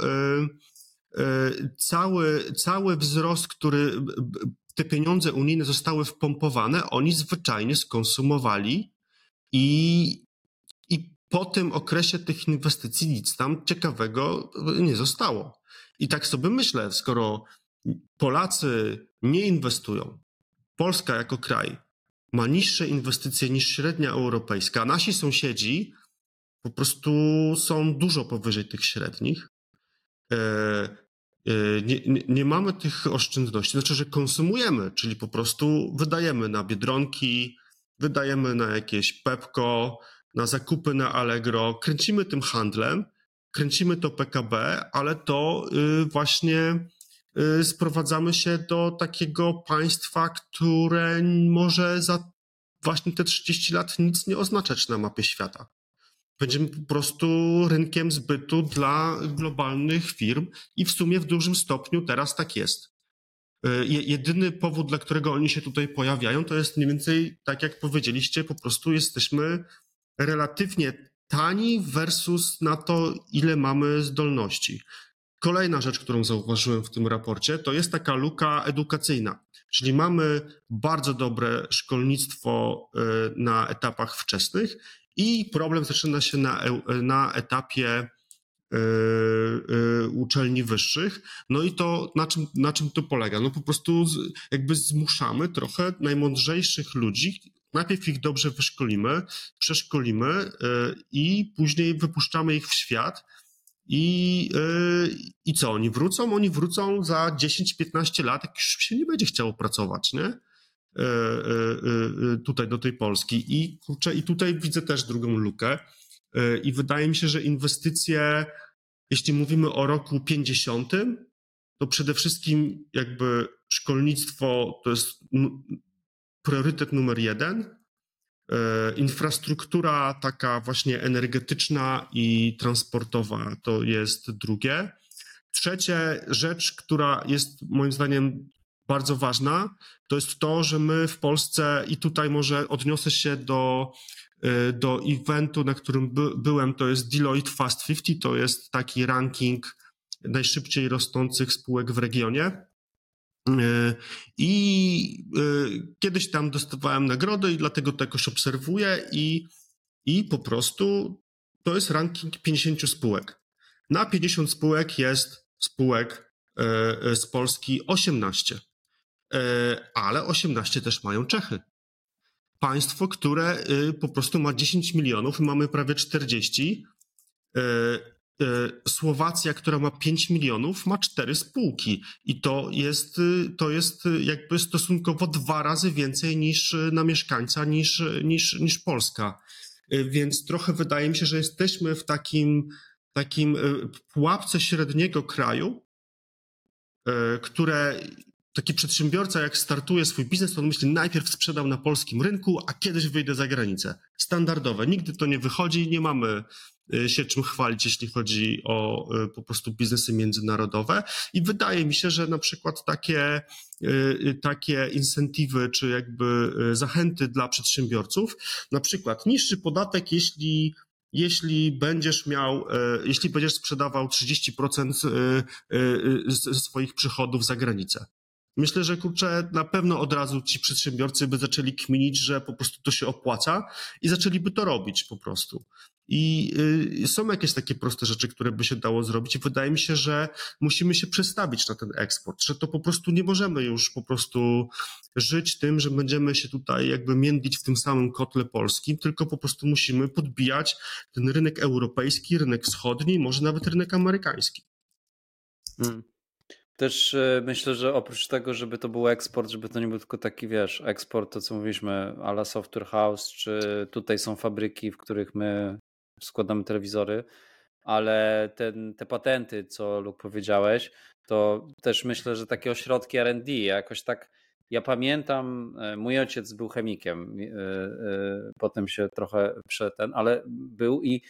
cały, cały wzrost, który te pieniądze unijne zostały wpompowane, oni zwyczajnie skonsumowali i, i po tym okresie tych inwestycji nic tam ciekawego nie zostało. I tak sobie myślę, skoro Polacy nie inwestują, Polska jako kraj ma niższe inwestycje niż średnia europejska, a nasi sąsiedzi po prostu są dużo powyżej tych średnich. Nie, nie, nie mamy tych oszczędności, znaczy, że konsumujemy, czyli po prostu wydajemy na Biedronki, wydajemy na jakieś Pepko, na zakupy na Allegro, kręcimy tym handlem, kręcimy to P K B, ale to właśnie sprowadzamy się do takiego państwa, które może za właśnie te trzydzieści lat nic nie oznaczać na mapie świata. Będziemy po prostu rynkiem zbytu dla globalnych firm i w sumie w dużym stopniu teraz tak jest. Jedyny powód, dla którego oni się tutaj pojawiają, to jest mniej więcej, tak jak powiedzieliście, po prostu jesteśmy relatywnie tani versus na to, ile mamy zdolności. Kolejna rzecz, którą zauważyłem w tym raporcie, to jest taka luka edukacyjna, czyli mamy bardzo dobre szkolnictwo na etapach wczesnych i problem zaczyna się na, na etapie uczelni wyższych. No i to na czym, na czym to polega? No po prostu jakby zmuszamy trochę najmądrzejszych ludzi, najpierw ich dobrze wyszkolimy, przeszkolimy i później wypuszczamy ich w świat. I, yy, I co, oni wrócą? Oni wrócą za dziesięć piętnaście lat, jak już się nie będzie chciało pracować, nie? Yy, yy, yy, tutaj do tej Polski. I, kurczę, I tutaj widzę też drugą lukę. Yy, I wydaje mi się, że inwestycje, jeśli mówimy o roku pięćdziesiątym, to przede wszystkim jakby szkolnictwo to jest n- priorytet numer jeden. Infrastruktura taka właśnie energetyczna i transportowa to jest drugie. Trzecie rzecz, która jest moim zdaniem bardzo ważna, to jest to, że my w Polsce, i tutaj może odniosę się do, do eventu, na którym by, byłem, to jest Deloitte Fast pięćdziesiąt, to jest taki ranking najszybciej rosnących spółek w regionie. I kiedyś tam dostawałem nagrodę i dlatego to jakoś obserwuję i, i po prostu to jest ranking pięćdziesiąt spółek. Na pięćdziesiąt spółek jest spółek z Polski osiemnaście, ale osiemnaście też mają Czechy. Państwo, które po prostu ma dziesięć milionów, mamy prawie czterdzieści. Słowacja, która ma pięć milionów, ma cztery spółki i to jest, to jest jakby stosunkowo dwa razy więcej niż na mieszkańca, niż, niż, niż Polska. Więc trochę wydaje mi się, że jesteśmy w takim, takim pułapce średniego kraju, które taki przedsiębiorca jak startuje swój biznes, to on myśli, najpierw sprzedam na polskim rynku, a kiedyś wyjdę za granicę. Standardowe. Nigdy to nie wychodzi, nie mamy się czym chwalić, jeśli chodzi o po prostu biznesy międzynarodowe i wydaje mi się, że na przykład takie, takie incentywy czy jakby zachęty dla przedsiębiorców, na przykład niższy podatek, jeśli jeśli będziesz miał, jeśli będziesz sprzedawał trzydzieści procent ze swoich przychodów za granicę. Myślę, że kurczę, na pewno od razu ci przedsiębiorcy by zaczęli kminić, że po prostu to się opłaca i zaczęliby to robić po prostu. I y, są jakieś takie proste rzeczy, które by się dało zrobić i wydaje mi się, że musimy się przestawić na ten eksport, że to po prostu nie możemy już po prostu żyć tym, że będziemy się tutaj jakby międlić w tym samym kotle polskim, tylko po prostu musimy podbijać ten rynek europejski, rynek wschodni, może nawet rynek amerykański. Hmm. Też myślę, że oprócz tego, żeby to był eksport, żeby to nie był tylko taki, wiesz, eksport, to co mówiliśmy, a la Software House, czy tutaj są fabryki, w których my składamy telewizory, ale ten, te patenty, co Luke powiedziałeś, to też myślę, że takie ośrodki R and D, jakoś tak, ja pamiętam, mój ojciec był chemikiem, potem się trochę przeten, ale był i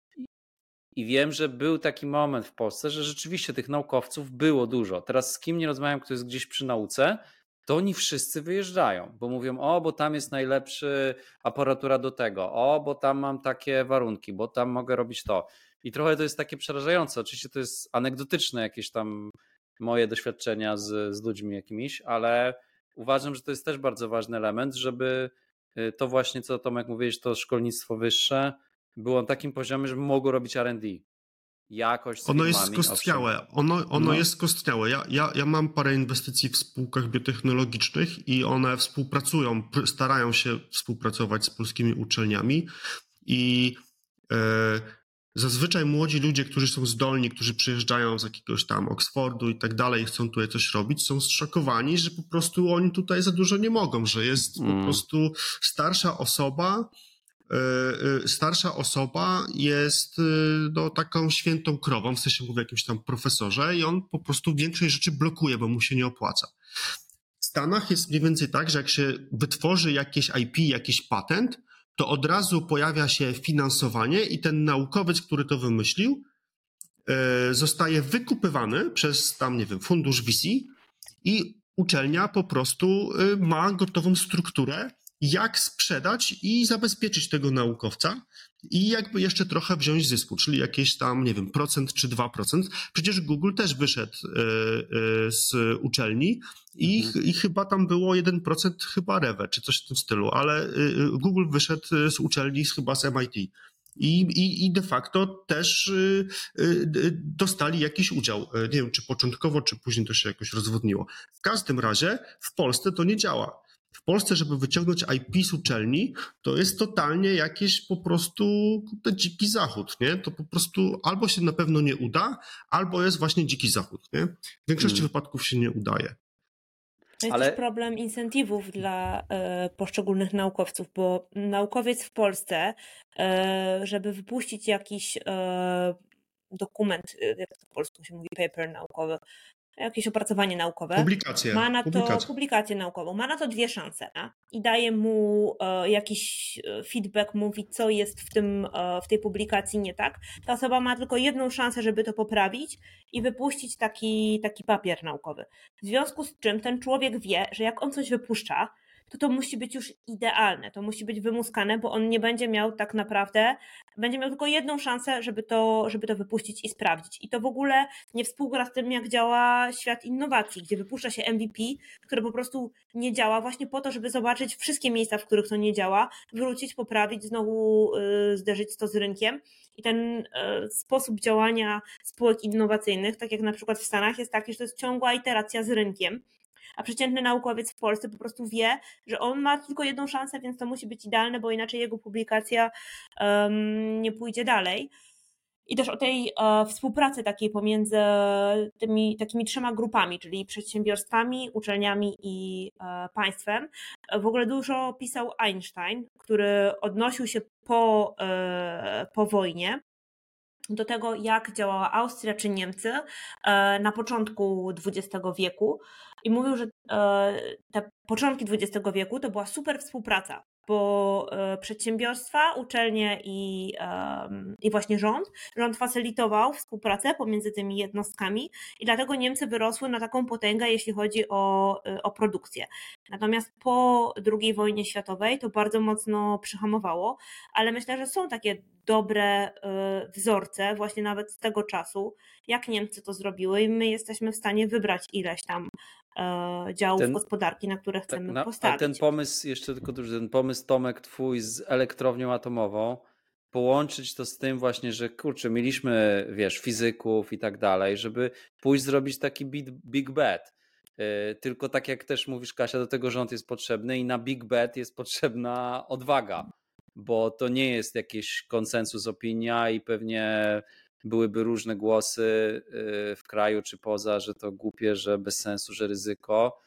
I wiem, że był taki moment w Polsce, że rzeczywiście tych naukowców było dużo. Teraz z kim nie rozmawiam, kto jest gdzieś przy nauce, to oni wszyscy wyjeżdżają, bo mówią, o, bo tam jest najlepszy aparatura do tego, o, bo tam mam takie warunki, bo tam mogę robić to. I trochę to jest takie przerażające. Oczywiście to jest anegdotyczne jakieś tam moje doświadczenia z, z ludźmi jakimiś, ale uważam, że to jest też bardzo ważny element, żeby to właśnie, co Tomek mówiłeś, to szkolnictwo wyższe było na takim poziomie, żeby mogło robić R and D. Jakoś z Ono firmami, jest skostniałe. Ono, ono no. jest skostniałe. Ja, ja, ja mam parę inwestycji w spółkach biotechnologicznych i one współpracują, starają się współpracować z polskimi uczelniami i e, zazwyczaj młodzi ludzie, którzy są zdolni, którzy przyjeżdżają z jakiegoś tam Oxfordu i tak dalej i chcą tutaj coś robić, są zszokowani, że po prostu oni tutaj za dużo nie mogą, że jest mm. po prostu starsza osoba, starsza osoba jest no, taką świętą krową, w sensie mówię o jakimś tam profesorze i on po prostu większość rzeczy blokuje, bo mu się nie opłaca. W Stanach jest mniej więcej tak, że jak się wytworzy jakieś I P, jakiś patent, to od razu pojawia się finansowanie i ten naukowiec, który to wymyślił, zostaje wykupywany przez tam, nie wiem, fundusz V C i uczelnia po prostu ma gotową strukturę, jak sprzedać i zabezpieczyć tego naukowca i jakby jeszcze trochę wziąć zysku, czyli jakieś tam, nie wiem, procent czy dwa procent. Przecież Google też wyszedł z uczelni i, mhm. i chyba tam było jeden procent chyba Rewe, czy coś w tym stylu, ale Google wyszedł z uczelni chyba z M I T. I, i, I de facto też y, y, dostali jakiś udział. Nie wiem, czy początkowo, czy później to się jakoś rozwodniło. W każdym razie w Polsce to nie działa. W Polsce, żeby wyciągnąć I P z uczelni, to jest totalnie jakiś po prostu dziki zachód, nie? To po prostu albo się na pewno nie uda, albo jest właśnie dziki zachód, nie? W większości hmm. wypadków się nie udaje. To jest Ale... też problem incentywów dla e, poszczególnych naukowców, bo naukowiec w Polsce, e, żeby wypuścić jakiś e, dokument, jak to po polsku się mówi, paper naukowy, jakieś opracowanie naukowe, publikację, ma na to publikację. publikację naukową, ma na to dwie szanse, nie? I daje mu e, jakiś feedback, mówi, co jest w tym, e, w tej publikacji nie tak. Ta osoba ma tylko jedną szansę, żeby to poprawić i wypuścić taki, taki papier naukowy. W związku z czym ten człowiek wie, że jak on coś wypuszcza, to to musi być już idealne, to musi być wymuskane, bo on nie będzie miał tak naprawdę, będzie miał tylko jedną szansę, żeby to, żeby to wypuścić i sprawdzić. I to w ogóle nie współgra z tym, jak działa świat innowacji, gdzie wypuszcza się M V P, które po prostu nie działa właśnie po to, żeby zobaczyć wszystkie miejsca, w których to nie działa, wrócić, poprawić, znowu yy, zderzyć to z rynkiem. I ten yy, sposób działania spółek innowacyjnych, tak jak na przykład w Stanach, jest taki, że to jest ciągła iteracja z rynkiem. A przeciętny naukowiec w Polsce po prostu wie, że on ma tylko jedną szansę, więc to musi być idealne, bo inaczej jego publikacja um, nie pójdzie dalej. I też o tej e, współpracy takiej pomiędzy tymi takimi trzema grupami, czyli przedsiębiorstwami, uczelniami i e, państwem. W ogóle dużo pisał Einstein, który odnosił się po, e, po wojnie do tego, jak działała Austria czy Niemcy na początku dwudziestego wieku i mówił, że te początki dwudziestego wieku to była super współpraca, bo przedsiębiorstwa, uczelnie i, i właśnie rząd, rząd facylitował współpracę pomiędzy tymi jednostkami i dlatego Niemcy wyrosły na taką potęgę, jeśli chodzi o, o produkcję. Natomiast po drugiej wojnie światowej to bardzo mocno przyhamowało, ale myślę, że są takie dobre wzorce właśnie nawet z tego czasu, jak Niemcy to zrobiły i my jesteśmy w stanie wybrać ileś tam działów ten, gospodarki, na które chcemy tak, na, postawić. A ten pomysł, jeszcze tylko dużo, ten pomysł Tomek twój z elektrownią atomową, połączyć to z tym właśnie, że kurczę, mieliśmy, wiesz, fizyków i tak dalej, żeby pójść zrobić taki big, big bet. Yy, tylko tak jak też mówisz, Kasia, do tego rząd jest potrzebny i na big bet jest potrzebna odwaga, bo to nie jest jakiś konsensus, opinia i pewnie byłyby różne głosy w kraju czy poza, że to głupie, że bez sensu, że ryzyko,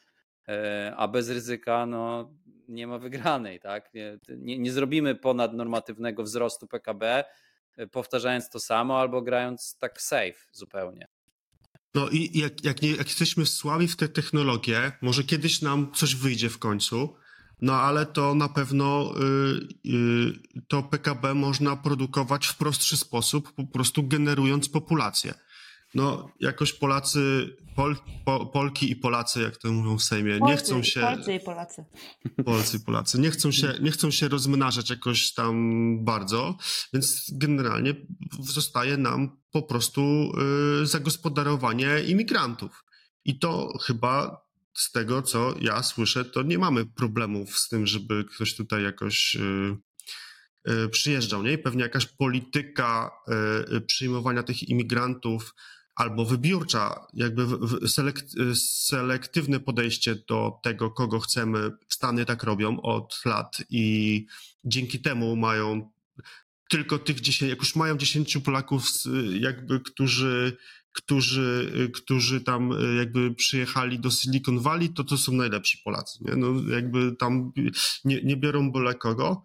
a bez ryzyka no, nie ma wygranej. Tak? Nie, nie, nie zrobimy ponadnormatywnego wzrostu P K B, powtarzając to samo albo grając tak safe zupełnie. No i jak, jak, nie, jak jesteśmy słabi w te technologie, może kiedyś nam coś wyjdzie w końcu, no ale to na pewno y, y, to P K B można produkować w prostszy sposób, po prostu generując populację. No jakoś Polacy, Pol, po, Polki i Polacy, jak to mówią w Sejmie, Polcy, nie chcą się... Polcy i Polacy. Polcy i Polacy. Nie chcą się, nie chcą się rozmnażać jakoś tam bardzo, więc generalnie zostaje nam po prostu y, zagospodarowanie imigrantów. I to chyba... Z tego, co ja słyszę, to nie mamy problemów z tym, żeby ktoś tutaj jakoś y, y, przyjeżdżał, nie? I pewnie jakaś polityka y, przyjmowania tych imigrantów albo wybiórcza, jakby selek- selektywne podejście do tego, kogo chcemy. Stany tak robią od lat i dzięki temu mają tylko tych dziesięć, jak już mają dziesięciu Polaków, jakby, którzy którzy, którzy tam jakby przyjechali do Silicon Valley, to to są najlepsi Polacy, nie? No jakby tam nie, nie biorą byle kogo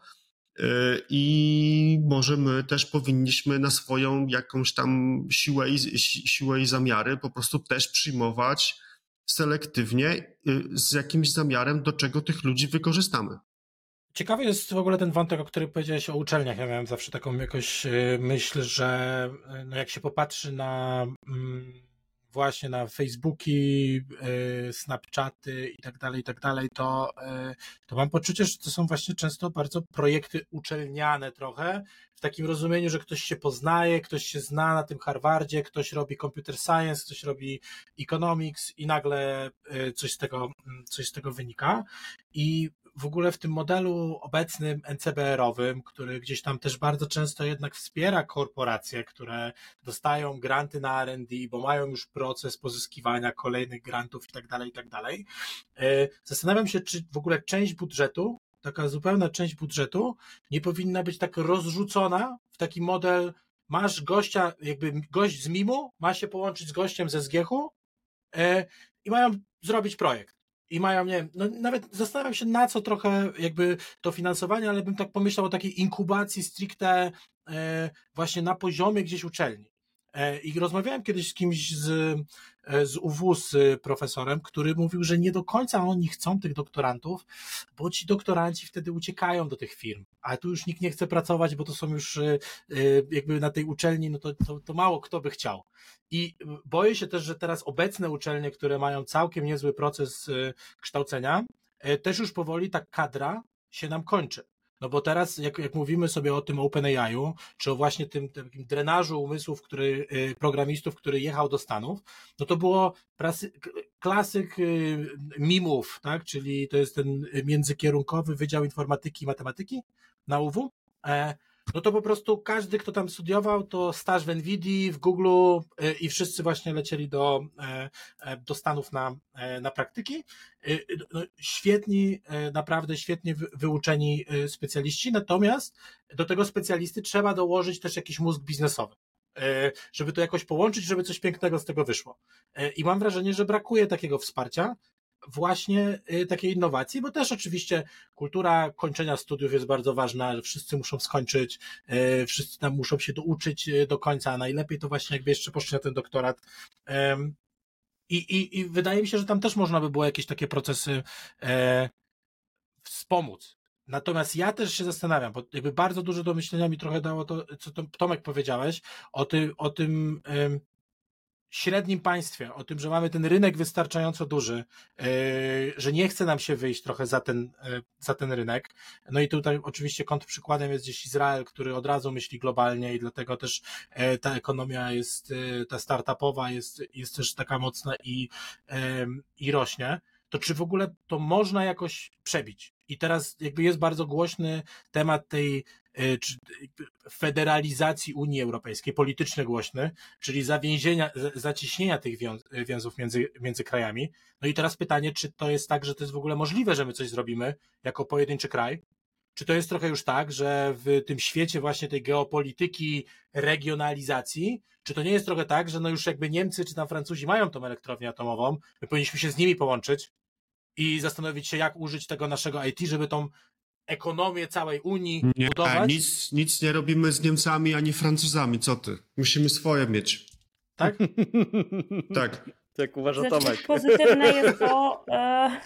i może my też powinniśmy na swoją jakąś tam siłę i, siłę i zamiary po prostu też przyjmować selektywnie z jakimś zamiarem, do czego tych ludzi wykorzystamy. Ciekawy jest w ogóle ten wątek, o którym powiedziałeś o uczelniach. Ja miałem zawsze taką jakoś myśl, że no jak się popatrzy na właśnie na Facebooki, Snapchaty i tak dalej, i tak dalej, to, to mam poczucie, że to są właśnie często bardzo projekty uczelniane trochę, w takim rozumieniu, że ktoś się poznaje, ktoś się zna na tym Harvardzie, ktoś robi computer science, ktoś robi economics i nagle coś z tego, coś z tego wynika. I w ogóle w tym modelu obecnym N C B R-owym, który gdzieś tam też bardzo często jednak wspiera korporacje, które dostają granty na R and D, bo mają już proces pozyskiwania kolejnych grantów i tak dalej, i tak dalej. Zastanawiam się, czy w ogóle część budżetu, taka zupełna część budżetu nie powinna być tak rozrzucona w taki model, masz gościa, jakby gość z mimu ma się połączyć z gościem ze zgiechu i mają zrobić projekt. I mają, nie wiem, no nawet zastanawiam się, na co trochę jakby to finansowanie, ale bym tak pomyślał o takiej inkubacji stricte e, właśnie na poziomie gdzieś uczelni. E, I rozmawiałem kiedyś z kimś z, z U W, z profesorem, który mówił, że nie do końca oni chcą tych doktorantów, bo ci doktoranci wtedy uciekają do tych firm, a tu już nikt nie chce pracować, bo to są już e, jakby na tej uczelni, no to, to, to mało kto by chciał. I boję się też, że teraz obecne uczelnie, które mają całkiem niezły proces kształcenia, też już powoli ta kadra się nam kończy. No bo teraz, jak, jak mówimy sobie o tym OpenAI-u, czy o właśnie tym, tym takim drenażu umysłów, który, programistów, który jechał do Stanów, no to było prasy, klasyk mimów, tak? Czyli to jest ten międzykierunkowy Wydział Informatyki i Matematyki na U W. No to po prostu każdy, kto tam studiował, to staż w Nvidii, w Google'u i wszyscy właśnie lecieli do, do Stanów na, na praktyki. No, świetni, naprawdę świetnie wyuczeni specjaliści, natomiast do tego specjalisty trzeba dołożyć też jakiś mózg biznesowy, żeby to jakoś połączyć, żeby coś pięknego z tego wyszło. I mam wrażenie, że brakuje takiego wsparcia, właśnie takiej innowacji, bo też oczywiście kultura kończenia studiów jest bardzo ważna, wszyscy muszą skończyć, wszyscy tam muszą się douczyć do końca, a najlepiej to właśnie jakby jeszcze poszli na ten doktorat. I, i, i wydaje mi się, że tam też można by było jakieś takie procesy wspomóc. Natomiast ja też się zastanawiam, bo jakby bardzo dużo do myślenia mi trochę dało to, co Tomek powiedziałeś, o, ty, o tym średnim państwie, o tym, że mamy ten rynek wystarczająco duży, że nie chce nam się wyjść trochę za ten, za ten rynek. No i tutaj oczywiście kontrprzykładem jest gdzieś Izrael, który od razu myśli globalnie i dlatego też ta ekonomia jest, ta startupowa jest, jest też taka mocna i, i rośnie. To czy w ogóle to można jakoś przebić? I teraz jakby jest bardzo głośny temat tej czy federalizacji Unii Europejskiej, polityczny głośny, czyli zawięzienia, zacieśnienia tych więzów między, między krajami. No i teraz pytanie, czy to jest tak, że to jest w ogóle możliwe, że my coś zrobimy jako pojedynczy kraj? Czy to jest trochę już tak, że w tym świecie właśnie tej geopolityki, regionalizacji, czy to nie jest trochę tak, że no już jakby Niemcy czy tam Francuzi mają tą elektrownię atomową, my powinniśmy się z nimi połączyć i zastanowić się, jak użyć tego naszego I T, żeby tą ekonomię całej Unii nie, budować? Nic, nic nie robimy z Niemcami ani Francuzami, co ty? Musimy swoje mieć. Tak? Tak. Tak uważa Znaczy, Tomek. pozytywne jest to, e,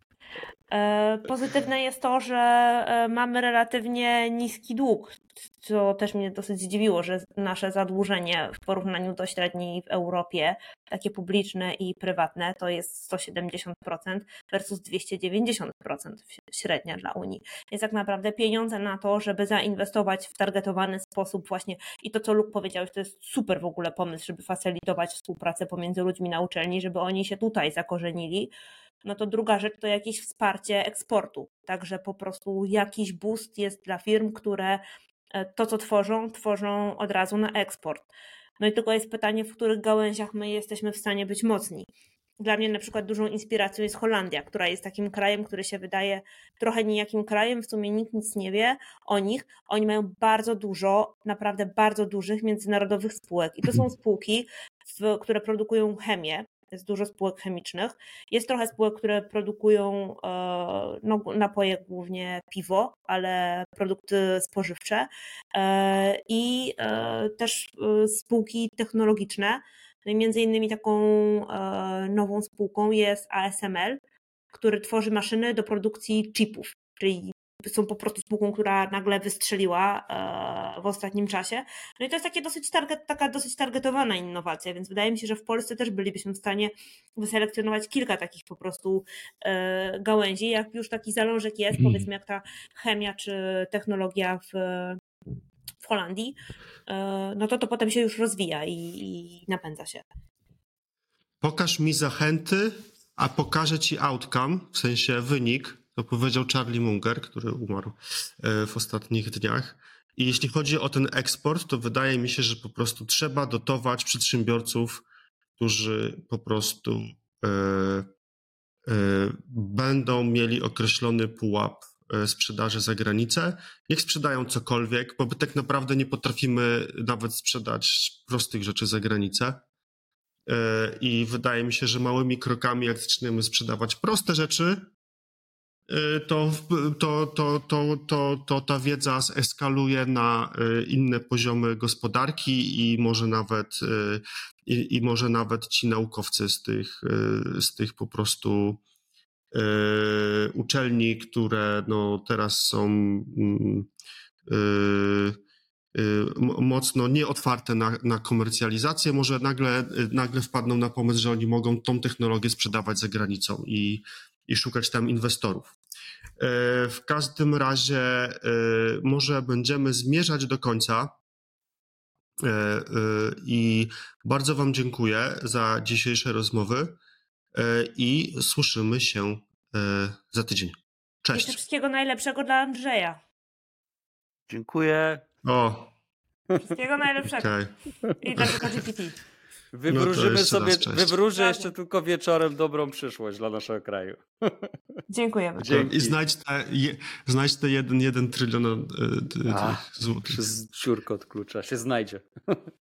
e, pozytywne jest to, że e, mamy relatywnie niski dług, co też mnie dosyć zdziwiło, że nasze zadłużenie w porównaniu do średniej w Europie, takie publiczne i prywatne, to jest sto siedemdziesiąt procent versus dwieście dziewięćdziesiąt procent średnia dla Unii. Jest tak naprawdę pieniądze na to, żeby zainwestować w targetowany sposób właśnie i to, co Luke powiedziałeś, to jest super w ogóle pomysł, żeby facylitować współpracę pomiędzy ludźmi na uczelni, żeby oni się tutaj zakorzenili. No to druga rzecz to jakieś wsparcie eksportu, także po prostu jakiś boost jest dla firm, które to, co tworzą, tworzą od razu na eksport. No i tylko jest pytanie, w których gałęziach my jesteśmy w stanie być mocni. Dla mnie na przykład dużą inspiracją jest Holandia, która jest takim krajem, który się wydaje trochę nijakim krajem, w sumie nikt nic nie wie o nich. Oni mają bardzo dużo, naprawdę bardzo dużych międzynarodowych spółek i to są spółki, które produkują chemię. Jest dużo spółek chemicznych. Jest trochę spółek, które produkują no, napoje, głównie piwo, ale produkty spożywcze i też spółki technologiczne. No i między innymi taką nową spółką jest A S M L, który tworzy maszyny do produkcji chipów, czyli są po prostu spółką, która nagle wystrzeliła w ostatnim czasie. No i to jest takie dosyć target, taka dosyć targetowana innowacja, więc wydaje mi się, że w Polsce też bylibyśmy w stanie wyselekcjonować kilka takich po prostu gałęzi. Jak już taki zalążek jest, powiedzmy jak ta chemia czy technologia w, w Holandii, no to to potem się już rozwija i, i napędza się. Pokaż mi zachęty, a pokażę ci outcome, w sensie wynik, to powiedział Charlie Munger, który umarł w ostatnich dniach. I jeśli chodzi o ten eksport, to wydaje mi się, że po prostu trzeba dotować przedsiębiorców, którzy po prostu e, e, będą mieli określony pułap sprzedaży za granicę. Niech sprzedają cokolwiek, bo my tak naprawdę nie potrafimy nawet sprzedać prostych rzeczy za granicę. I wydaje mi się, że małymi krokami, jak zaczniemy sprzedawać proste rzeczy, to, to, to, to, to, to ta wiedza eskaluje na inne poziomy gospodarki i może nawet, i, i może nawet ci naukowcy z tych, z tych po prostu uczelni, które no teraz są mocno nieotwarte na, na komercjalizację, może nagle, nagle wpadną na pomysł, że oni mogą tą technologię sprzedawać za granicą i, i szukać tam inwestorów. W każdym razie może będziemy zmierzać do końca i bardzo wam dziękuję za dzisiejsze rozmowy i słyszymy się za tydzień. Cześć. Jeszcze wszystkiego najlepszego dla Andrzeja. Dziękuję. O. Wszystkiego najlepszego. Okay. I dla G P T. Wywróżymy no sobie, wywróżę tak. jeszcze tylko wieczorem dobrą przyszłość dla naszego kraju. Dziękujemy. Dzięki. I znajdź te, je, znajdź te jeden, jeden trylion złotych. Przez dziurkę od klucza się znajdzie.